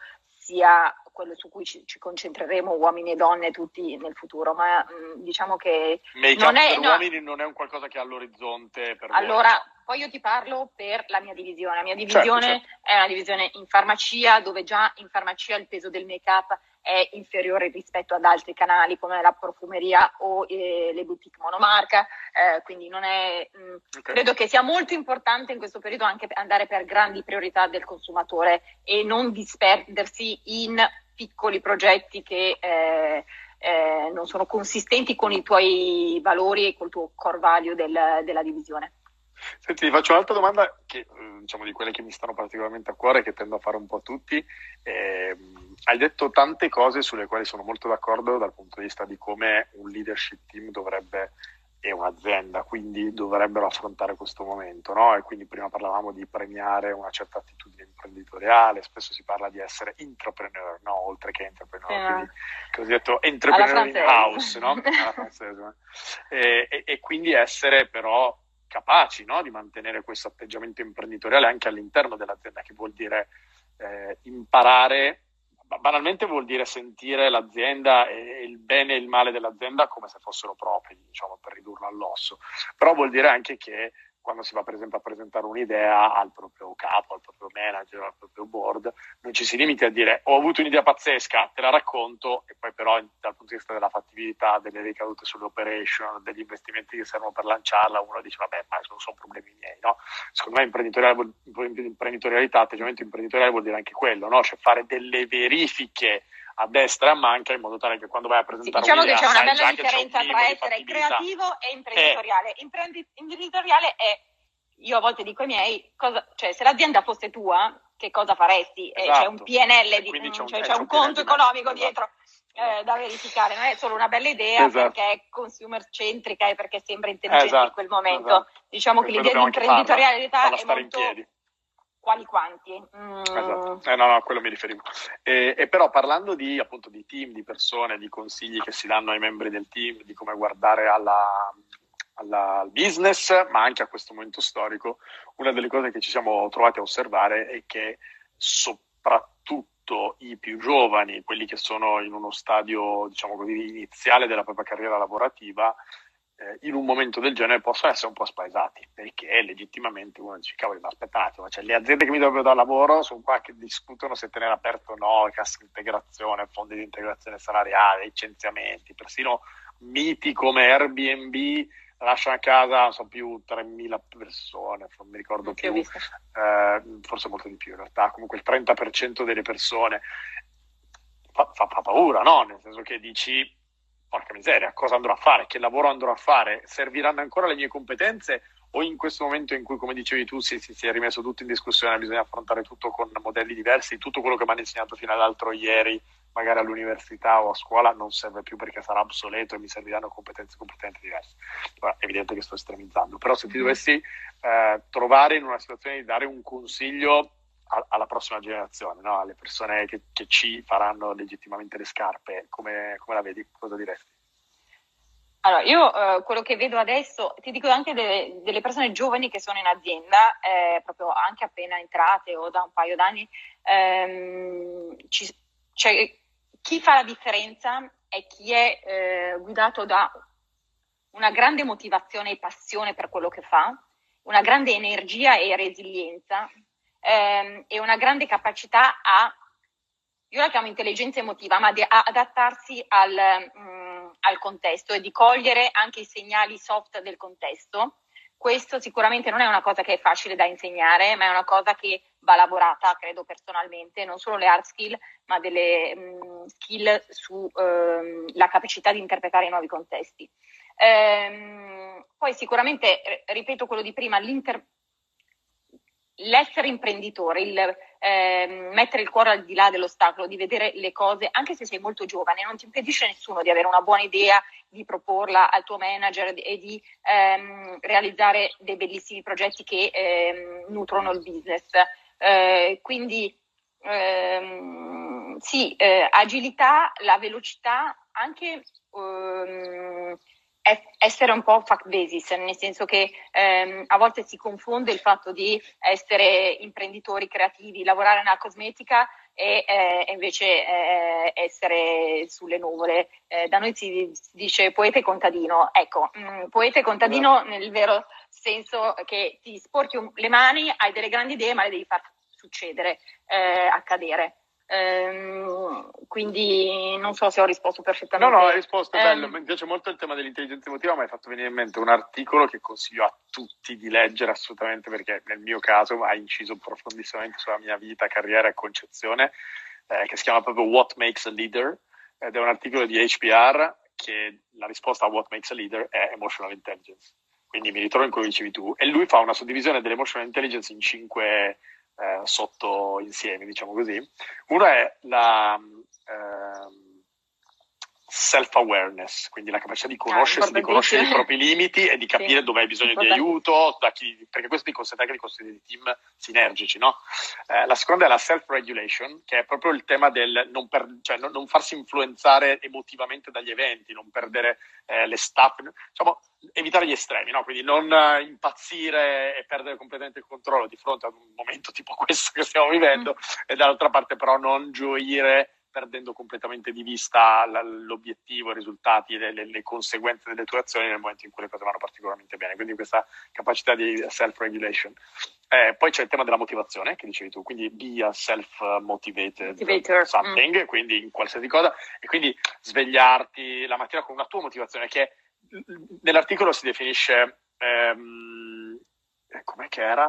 sia quello su cui ci, ci concentreremo, uomini e donne tutti nel futuro, ma mh, diciamo che make non up è, per no, uomini non è un qualcosa che ha all'orizzonte per allora voi. poi io ti parlo per la mia divisione. La mia divisione certo, certo. è una divisione in farmacia, dove già in farmacia il peso del make-up è inferiore rispetto ad altri canali come la profumeria o eh, le boutique monomarca, eh, quindi non è, mh, okay. Credo che sia molto importante in questo periodo anche andare per grandi priorità del consumatore e non disperdersi in piccoli progetti che eh, eh, non sono consistenti con i tuoi valori e col tuo core value del, della divisione. Senti, ti faccio un'altra domanda che, diciamo, di quelle che mi stanno particolarmente a cuore, che tendo a fare un po' a tutti. Eh, hai detto tante cose sulle quali sono molto d'accordo dal punto di vista di come un leadership team dovrebbe, e un'azienda, quindi dovrebbero affrontare questo momento, no? E quindi prima parlavamo di premiare una certa attitudine imprenditoriale, spesso si parla di essere intrapreneur, no? Oltre che entrepreneur, eh. quindi cosiddetto entrepreneur in house, no? Alla francese. E, e, e quindi essere però capaci, no? Di mantenere questo atteggiamento imprenditoriale anche all'interno dell'azienda, che vuol dire eh, imparare, banalmente vuol dire sentire l'azienda e il bene e il male dell'azienda come se fossero propri, diciamo, per ridurlo all'osso. Però vuol dire anche che quando si va per esempio a presentare un'idea al proprio capo, al proprio manager, al proprio board, non ci si limiti a dire ho avuto un'idea pazzesca, te la racconto, e poi però dal punto di vista della fattibilità, delle ricadute sull'operation, degli investimenti che servono per lanciarla, uno dice vabbè, ma non sono problemi miei, no? Secondo me imprenditorialità, atteggiamento imprenditoriale vuol dire anche quello, no? Cioè fare delle verifiche a destra e a manca, in modo tale che quando vai a presentare sì, diciamo un'idea, che c'è una sai bella già differenza che c'è un tra essere creativo e imprenditoriale. Eh. Imprendi- imprenditoriale è, io a volte dico ai miei, cosa, cioè se l'azienda fosse tua, che cosa faresti? Esatto. Eh, c'è un P and L, di, c'è un, cioè eh, c'è un, un conto economico dietro eh, da verificare, non è solo una bella idea, esatto, perché è consumer centrica e perché sembra intelligente, esatto, in quel momento. Esatto. Diciamo per che l'idea di imprenditorialità farla, farla è molto... in piedi. Quali quanti? Mm. Esatto, eh, no, no, a quello mi riferivo. E, e però parlando di, appunto, di team, di persone, di consigli che si danno ai membri del team, di come guardare alla, alla, al business, ma anche a questo momento storico, una delle cose che ci siamo trovati a osservare è che soprattutto i più giovani, quelli che sono in uno stadio, diciamo così, iniziale della propria carriera lavorativa, Eh, in un momento del genere possono essere un po' spaesati, perché legittimamente uno dice cavoli, ma aspetta un attimo, cioè, le aziende che mi dovrebbero dare lavoro sono qua che discutono se tenere aperto o no, cassa integrazione, fondi di integrazione salariale, licenziamenti, persino miti come Airbnb lasciano a casa, non so più, tremila persone, non mi ricordo più, eh, forse molto di più in realtà, comunque il trenta per cento delle persone. Fa, fa, fa paura, no? Nel senso che dici porca miseria, cosa andrò a fare? Che lavoro andrò a fare? Serviranno ancora le mie competenze? O in questo momento in cui, come dicevi tu, si, si, si è rimesso tutto in discussione, bisogna affrontare tutto con modelli diversi, tutto quello che mi hanno insegnato fino all'altro ieri, magari all'università o a scuola, non serve più perché sarà obsoleto e mi serviranno competenze completamente diverse. Ora, è evidente che sto estremizzando, però se ti dovessi eh, trovare in una situazione di dare un consiglio alla prossima generazione, no? Alle persone che, che ci faranno legittimamente le scarpe, come, come la vedi? Cosa diresti? Allora, io eh, quello che vedo adesso, ti dico anche delle, delle persone giovani che sono in azienda, eh, proprio anche appena entrate o da un paio d'anni, ehm, ci, cioè, chi fa la differenza è chi è eh, guidato da una grande motivazione e passione per quello che fa, una grande energia e resilienza, ehm, e una grande capacità a, io la chiamo intelligenza emotiva, ma di a adattarsi al, mh, al contesto e di cogliere anche i segnali soft del contesto. Questo sicuramente non è una cosa che è facile da insegnare, ma è una cosa che va lavorata, credo personalmente, non solo le hard skill, ma delle mh, skill sulla ehm, capacità di interpretare i nuovi contesti. Ehm, poi sicuramente, ripeto quello di prima, l'inter l'essere imprenditore, il eh, mettere il cuore al di là dell'ostacolo, di vedere le cose, anche se sei molto giovane, non ti impedisce nessuno di avere una buona idea, di proporla al tuo manager e di ehm, realizzare dei bellissimi progetti che ehm, nutrono il business. Eh, quindi ehm, sì, eh, agilità, la velocità, anche ehm, essere un po' fact basis, nel senso che ehm, a volte si confonde il fatto di essere imprenditori creativi, lavorare nella cosmetica e eh, invece eh, essere sulle nuvole. Eh, da noi si, si dice poeta e contadino. Ecco, mh, poeta e contadino nel vero senso che ti sporchi un, le mani, hai delle grandi idee, ma le devi far succedere, eh, accadere. Ehm, quindi non so se ho risposto perfettamente. No, no, hai risposto, è bello. Ehm, Mi piace molto il tema dell'intelligenza emotiva, ma hai fatto venire in mente un articolo che consiglio a tutti di leggere assolutamente, perché nel mio caso ha inciso profondissimamente sulla mia vita, carriera e concezione, eh, che si chiama proprio What Makes a Leader, ed è un articolo di H B R che la risposta a What Makes a Leader è Emotional Intelligence. Quindi mi ritrovo in quello che dicevi tu, e lui fa una suddivisione dell'emotional intelligence in cinque eh, sotto insiemi, diciamo così. Uno è la eh, self-awareness, quindi la capacità di conoscersi, ah, di conoscere i propri limiti e di capire sì, dove hai bisogno di aiuto, da chi, perché questo ti consente anche di costruire dei team sinergici, no? Eh, la seconda è la self-regulation, che è proprio il tema del non, per, cioè non, non farsi influenzare emotivamente dagli eventi, non perdere eh, le staff, diciamo, evitare gli estremi, no? Quindi non uh, impazzire e perdere completamente il controllo di fronte ad un momento tipo questo che stiamo vivendo, mm. e dall'altra parte però non gioire perdendo completamente di vista l'obiettivo, i risultati, le, le conseguenze delle tue azioni nel momento in cui le cose vanno particolarmente bene. Quindi questa capacità di self-regulation. Eh, poi c'è il tema della motivazione, che dicevi tu, quindi be a self-motivated Motivator. something, mm. quindi in qualsiasi cosa, e quindi svegliarti la mattina con una tua motivazione, che nell'articolo si definisce, ehm, com'è che era?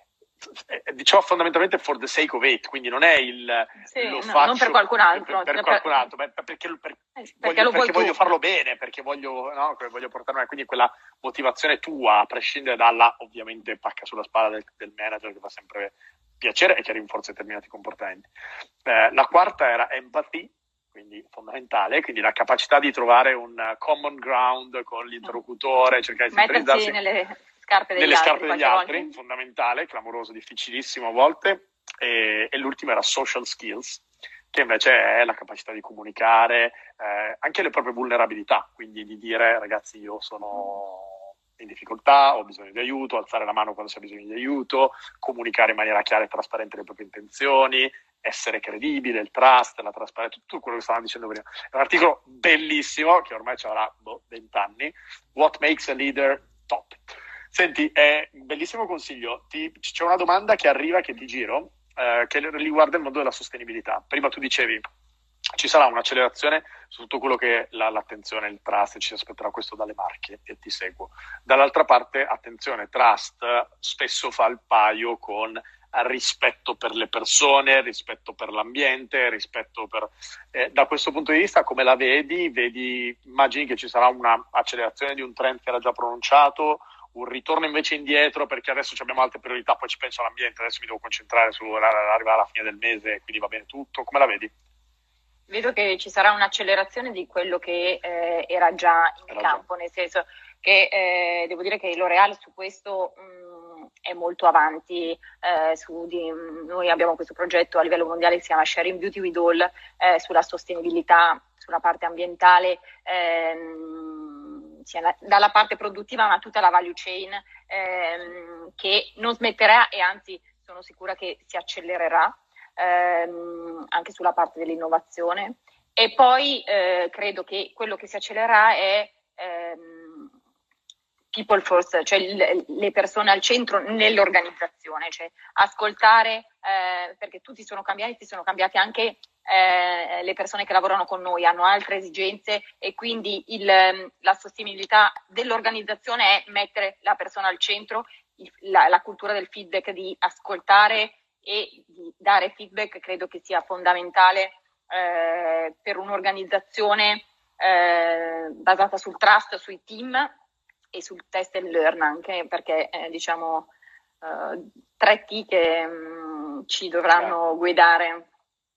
Diciamo fondamentalmente for the sake of it, quindi non è il sì, lo no, faccio non per qualcun altro, per, per qualcun altro, ma perché, per, perché, voglio, lo perché voglio tu. farlo bene, perché voglio, no, voglio portarmi, quindi quella motivazione tua, a prescindere dalla ovviamente pacca sulla spalla del, del manager, che fa sempre piacere e che rinforza determinati comportamenti. Eh, la quarta era empathy, quindi fondamentale, quindi la capacità di trovare un common ground con l'interlocutore, cercare di mettersi nelle scarpe degli nelle altri, scarpe degli altri, volte. Fondamentale, clamoroso, difficilissimo a volte, e, e l'ultima era social skills, che invece è la capacità di comunicare eh, anche le proprie vulnerabilità, quindi di dire ragazzi io sono in difficoltà, ho bisogno di aiuto, alzare la mano quando si ha bisogno di aiuto, comunicare in maniera chiara e trasparente le proprie intenzioni, essere credibile, il trust, la trasparenza, tutto quello che stavamo dicendo prima. È un articolo bellissimo, che ormai ci avrà boh, venti anni, What Makes a Leader Top. Senti, è un bellissimo consiglio. Ti, c'è una domanda che arriva, che ti giro, eh, che riguarda il mondo della sostenibilità. Prima tu dicevi, ci sarà un'accelerazione su tutto quello che è la, l'attenzione, il trust, ci si aspetterà questo dalle marche, e ti seguo. Dall'altra parte, attenzione, trust spesso fa il paio con rispetto per le persone, rispetto per l'ambiente, rispetto per... Eh, da questo punto di vista, come la vedi? Vedi, immagini che ci sarà un'accelerazione di un trend che era già pronunciato, un ritorno invece indietro perché adesso abbiamo altre priorità, poi ci penso all'ambiente, adesso mi devo concentrare su arrivare alla fine del mese, quindi va bene tutto. Come la vedi? Vedo che ci sarà un'accelerazione di quello che eh, era già in era campo, già. Nel senso che eh, devo dire che L'Oréal su questo mh, è molto avanti. Eh, su di, mh, noi abbiamo questo progetto a livello mondiale che si chiama Sharing Beauty with All, eh, sulla sostenibilità, sulla parte ambientale, ehm, sia dalla parte produttiva ma tutta la value chain, ehm, che non smetterà e anzi sono sicura che si accelererà. Ehm, anche sulla parte dell'innovazione, e poi eh, credo che quello che si accelererà è ehm, people first, cioè l- le persone al centro nell'organizzazione, cioè ascoltare, eh, perché tutti sono cambiati, sono cambiati anche eh, le persone che lavorano con noi, hanno altre esigenze, e quindi il, la sostenibilità dell'organizzazione è mettere la persona al centro, il, la, la cultura del feedback, di ascoltare e di dare feedback, credo che sia fondamentale eh, per un'organizzazione eh, basata sul trust, sui team e sul test and learn, anche perché eh, diciamo eh, tre T che mh, ci dovranno sì. guidare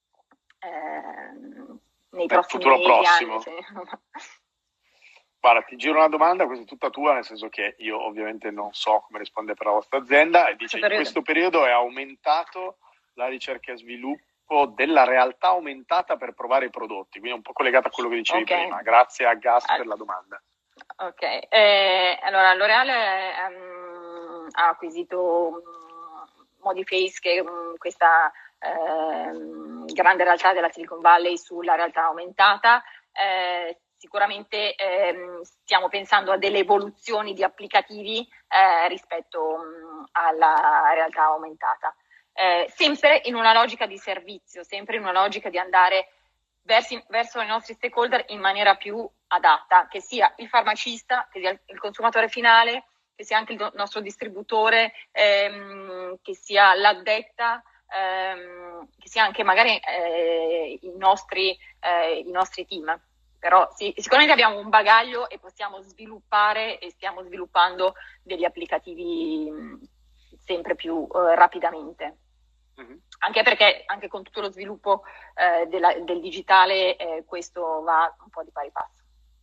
eh, nei Nel prossimi futuro prossimo. anni. Sì. Guarda, ti giro una domanda, questa è tutta tua, nel senso che io ovviamente non so come rispondere per la vostra azienda, e dice: in questo periodo è aumentato la ricerca e sviluppo della realtà aumentata per provare i prodotti, quindi un po' collegata a quello che dicevi okay. prima. Grazie a Gas per la domanda. Ok, eh, allora L'Oréal um, ha acquisito um, Modiface, che è um, questa um, grande realtà della Silicon Valley sulla realtà aumentata. Eh, sicuramente ehm, stiamo pensando a delle evoluzioni di applicativi eh, rispetto mh, alla realtà aumentata. Eh, sempre in una logica di servizio, sempre in una logica di andare verso, verso i nostri stakeholder in maniera più adatta, che sia il farmacista, che sia il consumatore finale, che sia anche il nostro distributore, ehm, che sia l'addetta, ehm, che sia anche magari eh, i, nostri, eh, i nostri team. Però sì, sicuramente abbiamo un bagaglio e possiamo sviluppare e stiamo sviluppando degli applicativi sempre più eh, rapidamente. Mm-hmm. Anche perché anche con tutto lo sviluppo eh, della, del digitale eh, questo va un po' di pari passo.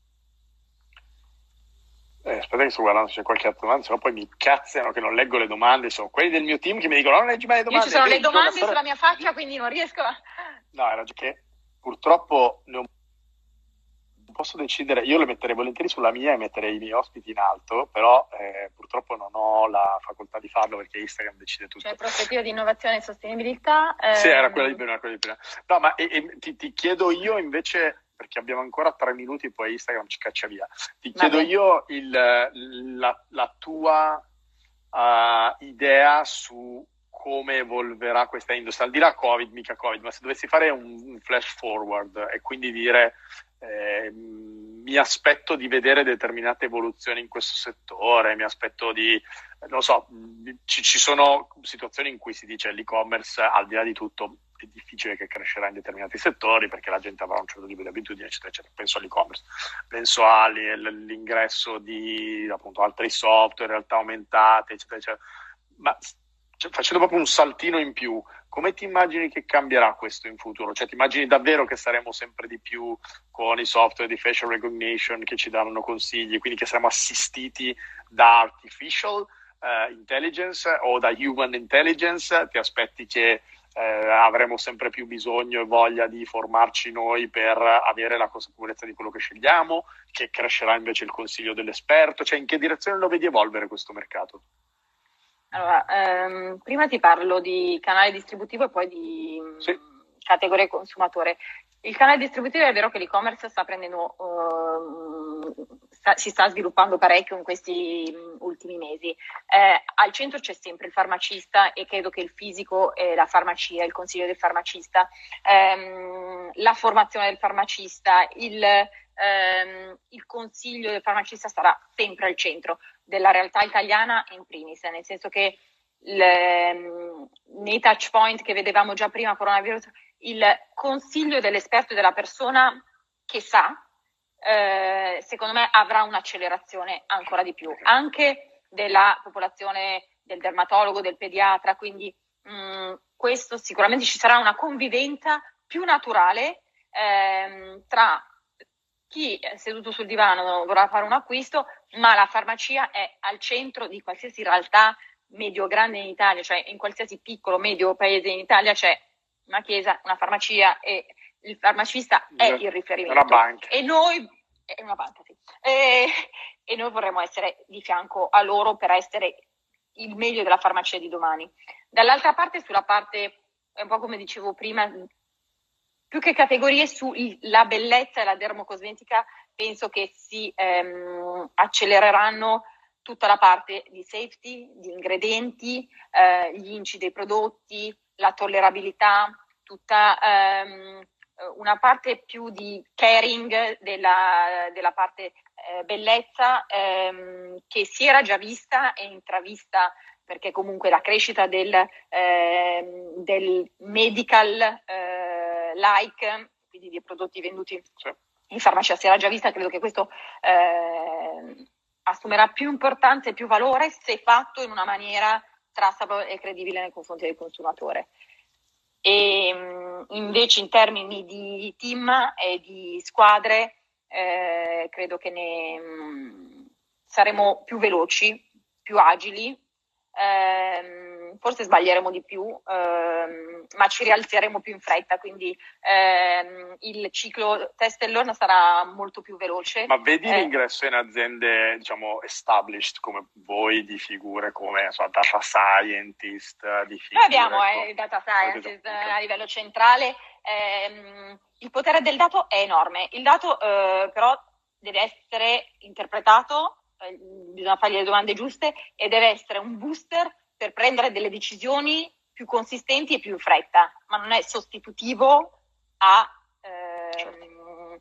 Eh, aspetta che sto guardando se c'è qualche altra domanda, sennò poi mi cazziano che non leggo le domande, sono quelli del mio team che mi dicono non leggi mai le domande. Io ci sono le domande sulla mia faccia, quindi non riesco a... No, era che purtroppo non posso decidere, io le metterei volentieri sulla mia e metterei i miei ospiti in alto, però eh, purtroppo non ho la facoltà di farlo perché Instagram decide tutto. Cioè prospettiva di innovazione e sostenibilità. Ehm... Sì, era quella di prima, quella di prima. No, ma e, e, ti, ti chiedo io invece, perché abbiamo ancora tre minuti, poi Instagram ci caccia via. Ti chiedo Vabbè. io il, la, la tua uh, idea su come evolverà questa industria, al di là Covid, mica Covid, ma se dovessi fare un, un flash forward e quindi dire eh, mi aspetto di vedere determinate evoluzioni in questo settore, mi aspetto di, non so, ci, ci sono situazioni in cui si dice l'e-commerce, al di là di tutto, è difficile che crescerà in determinati settori perché la gente avrà un certo tipo di abitudini, eccetera, eccetera. Penso all'e-commerce, penso all'ingresso di appunto altri software, realtà aumentate, eccetera, eccetera. Ma cioè, facendo proprio un saltino in più, come ti immagini che cambierà questo in futuro? Cioè ti immagini davvero che saremo sempre di più con i software di facial recognition che ci danno consigli, quindi che saremo assistiti da artificial uh, intelligence o da human intelligence? Ti aspetti che eh, avremo sempre più bisogno e voglia di formarci noi per avere la consapevolezza di quello che scegliamo, che crescerà invece il consiglio dell'esperto? Cioè in che direzione lo vedi evolvere questo mercato? Allora, ehm, prima ti parlo di canale distributivo e poi di sì. categoria consumatore. Il canale distributivo è vero che l'e-commerce sta prendendo, uh, sta, si sta sviluppando parecchio in questi ultimi mesi. Eh, al centro c'è sempre il farmacista e credo che il fisico e la farmacia, il consiglio del farmacista, ehm, la formazione del farmacista, il, ehm, il consiglio del farmacista sarà sempre al centro della realtà italiana in primis, nel senso che le, nei touch point che vedevamo già prima coronavirus, il consiglio dell'esperto e della persona che sa, eh, secondo me avrà un'accelerazione ancora di più, anche della popolazione del dermatologo, del pediatra, quindi mh, questo sicuramente ci sarà una convivenza più naturale ehm, tra chi è seduto sul divano vorrà fare un acquisto, ma la farmacia è al centro di qualsiasi realtà medio-grande in Italia, cioè in qualsiasi piccolo, medio paese in Italia c'è una chiesa, una farmacia e il farmacista è il riferimento. Una banca. E noi, è una banca, sì. E, e noi vorremmo essere di fianco a loro per essere il meglio della farmacia di domani. Dall'altra parte, sulla parte, è un po' come dicevo prima, più che categorie sulla bellezza e la dermocosmetica, penso che si ehm, accelereranno tutta la parte di safety, di ingredienti, eh, gli inci dei prodotti, la tollerabilità, tutta ehm, una parte più di caring della, della parte eh, bellezza ehm, che si era già vista e intravista, perché comunque la crescita del, eh, del medical eh, like, quindi di prodotti venduti in farmacia si era già vista, credo che questo eh, assumerà più importanza e più valore se fatto in una maniera traceable e credibile nei confronti del consumatore. E invece in termini di team e di squadre eh, credo che ne mh, saremo più veloci, più agili, ehm, forse sbaglieremo di più, ehm, ma ci rialzeremo più in fretta, quindi ehm, il ciclo test and learn sarà molto più veloce. Ma vedi eh, l'ingresso in aziende, diciamo, established come voi, di figure come so, data scientist, di figure... Noi abbiamo eh, data scientist okay. a livello centrale, ehm, il potere del dato è enorme. Il dato eh, però deve essere interpretato, eh, bisogna fargli le domande giuste e deve essere un booster per prendere delle decisioni più consistenti e più in fretta, ma non è sostitutivo a ehm,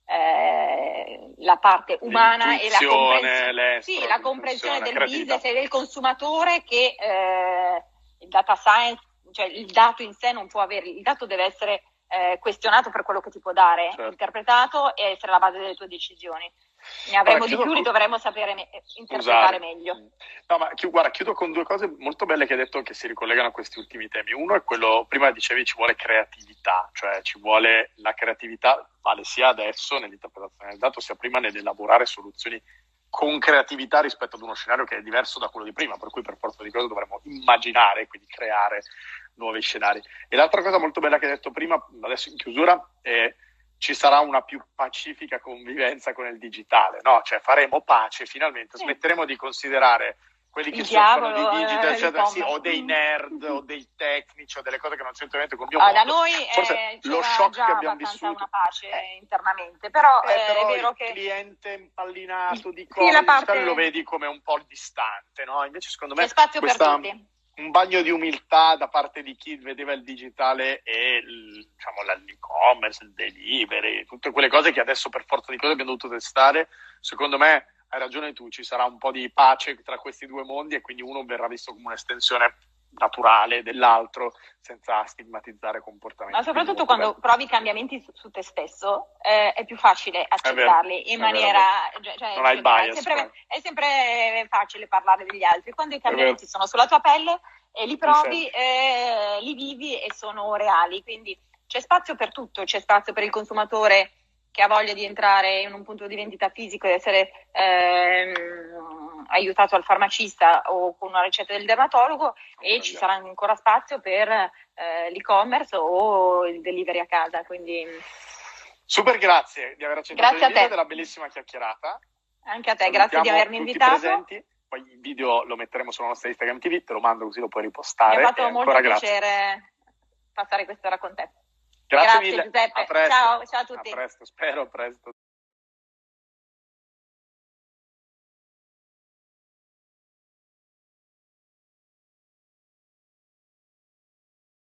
eh, la parte umana e la comprensione, sì, la comprensione del business e del consumatore che eh, il data science, cioè il dato in sé non può avere, il dato deve essere eh, questionato per quello che ti può dare, certo, interpretato e essere la base delle tue decisioni. Ne avremo allora, di più, li dovremo sapere me- interpretare meglio. No, ma chi, guarda, chiudo con due cose molto belle che hai detto che si ricollegano a questi ultimi temi. Uno è quello, prima dicevi, ci vuole creatività, cioè ci vuole la creatività, vale sia adesso nell'interpretazione del dato, sia prima nell'elaborare soluzioni con creatività rispetto ad uno scenario che è diverso da quello di prima, per cui per forza di cose dovremmo immaginare, quindi creare nuovi scenari. E l'altra cosa molto bella che hai detto prima, adesso in chiusura, è ci sarà una più pacifica convivenza con il digitale, no? Cioè faremo pace finalmente, sì, smetteremo di considerare quelli che soffrono di digital, eccetera, sì, o dei nerd, o dei tecnici, o delle cose che non c'entrano niente con il mio allora, mondo. Da noi Forse eh, lo shock già che abbiamo vissuto una pace eh, internamente, però, eh, eh, però è vero il che cliente impallinato di sì, cose la digitali parte... lo vedi come un po' distante, no? Invece secondo me c'è spazio questa... per tutti. un bagno di umiltà da parte di chi vedeva il digitale e il, diciamo, l'e-commerce, il delivery, tutte quelle cose che adesso per forza di cose abbiamo dovuto testare. Secondo me hai ragione tu, ci sarà un po' di pace tra questi due mondi e quindi uno verrà visto come un'estensione naturale dell'altro senza stigmatizzare comportamenti. Ma soprattutto quando belli. provi cambiamenti su, su te stesso eh, è più facile accettarli è in è maniera vero, cioè, non hai il bias, è, sempre, è sempre facile parlare degli altri quando i cambiamenti sono sulla tua pelle e li provi, eh, li vivi e sono reali, quindi c'è spazio per tutto, c'è spazio per il consumatore che ha voglia di entrare in un punto di vendita fisico e essere ehm, aiutato al farmacista o con una ricetta del dermatologo, e ci sarà ancora spazio per eh, l'e-commerce o il delivery a casa. Quindi super, grazie di aver accettato l'invito, della bellissima chiacchierata. Anche a te, Salutiamo grazie di avermi invitato. Presenti. Poi il video lo metteremo sulla nostra Instagram T V, te lo mando così lo puoi ripostare. Mi ha fatto molto piacere grazie. passare quest'ora con te. Grazie, grazie mille. Giuseppe. A presto. Ciao, ciao a tutti. A presto, spero a presto.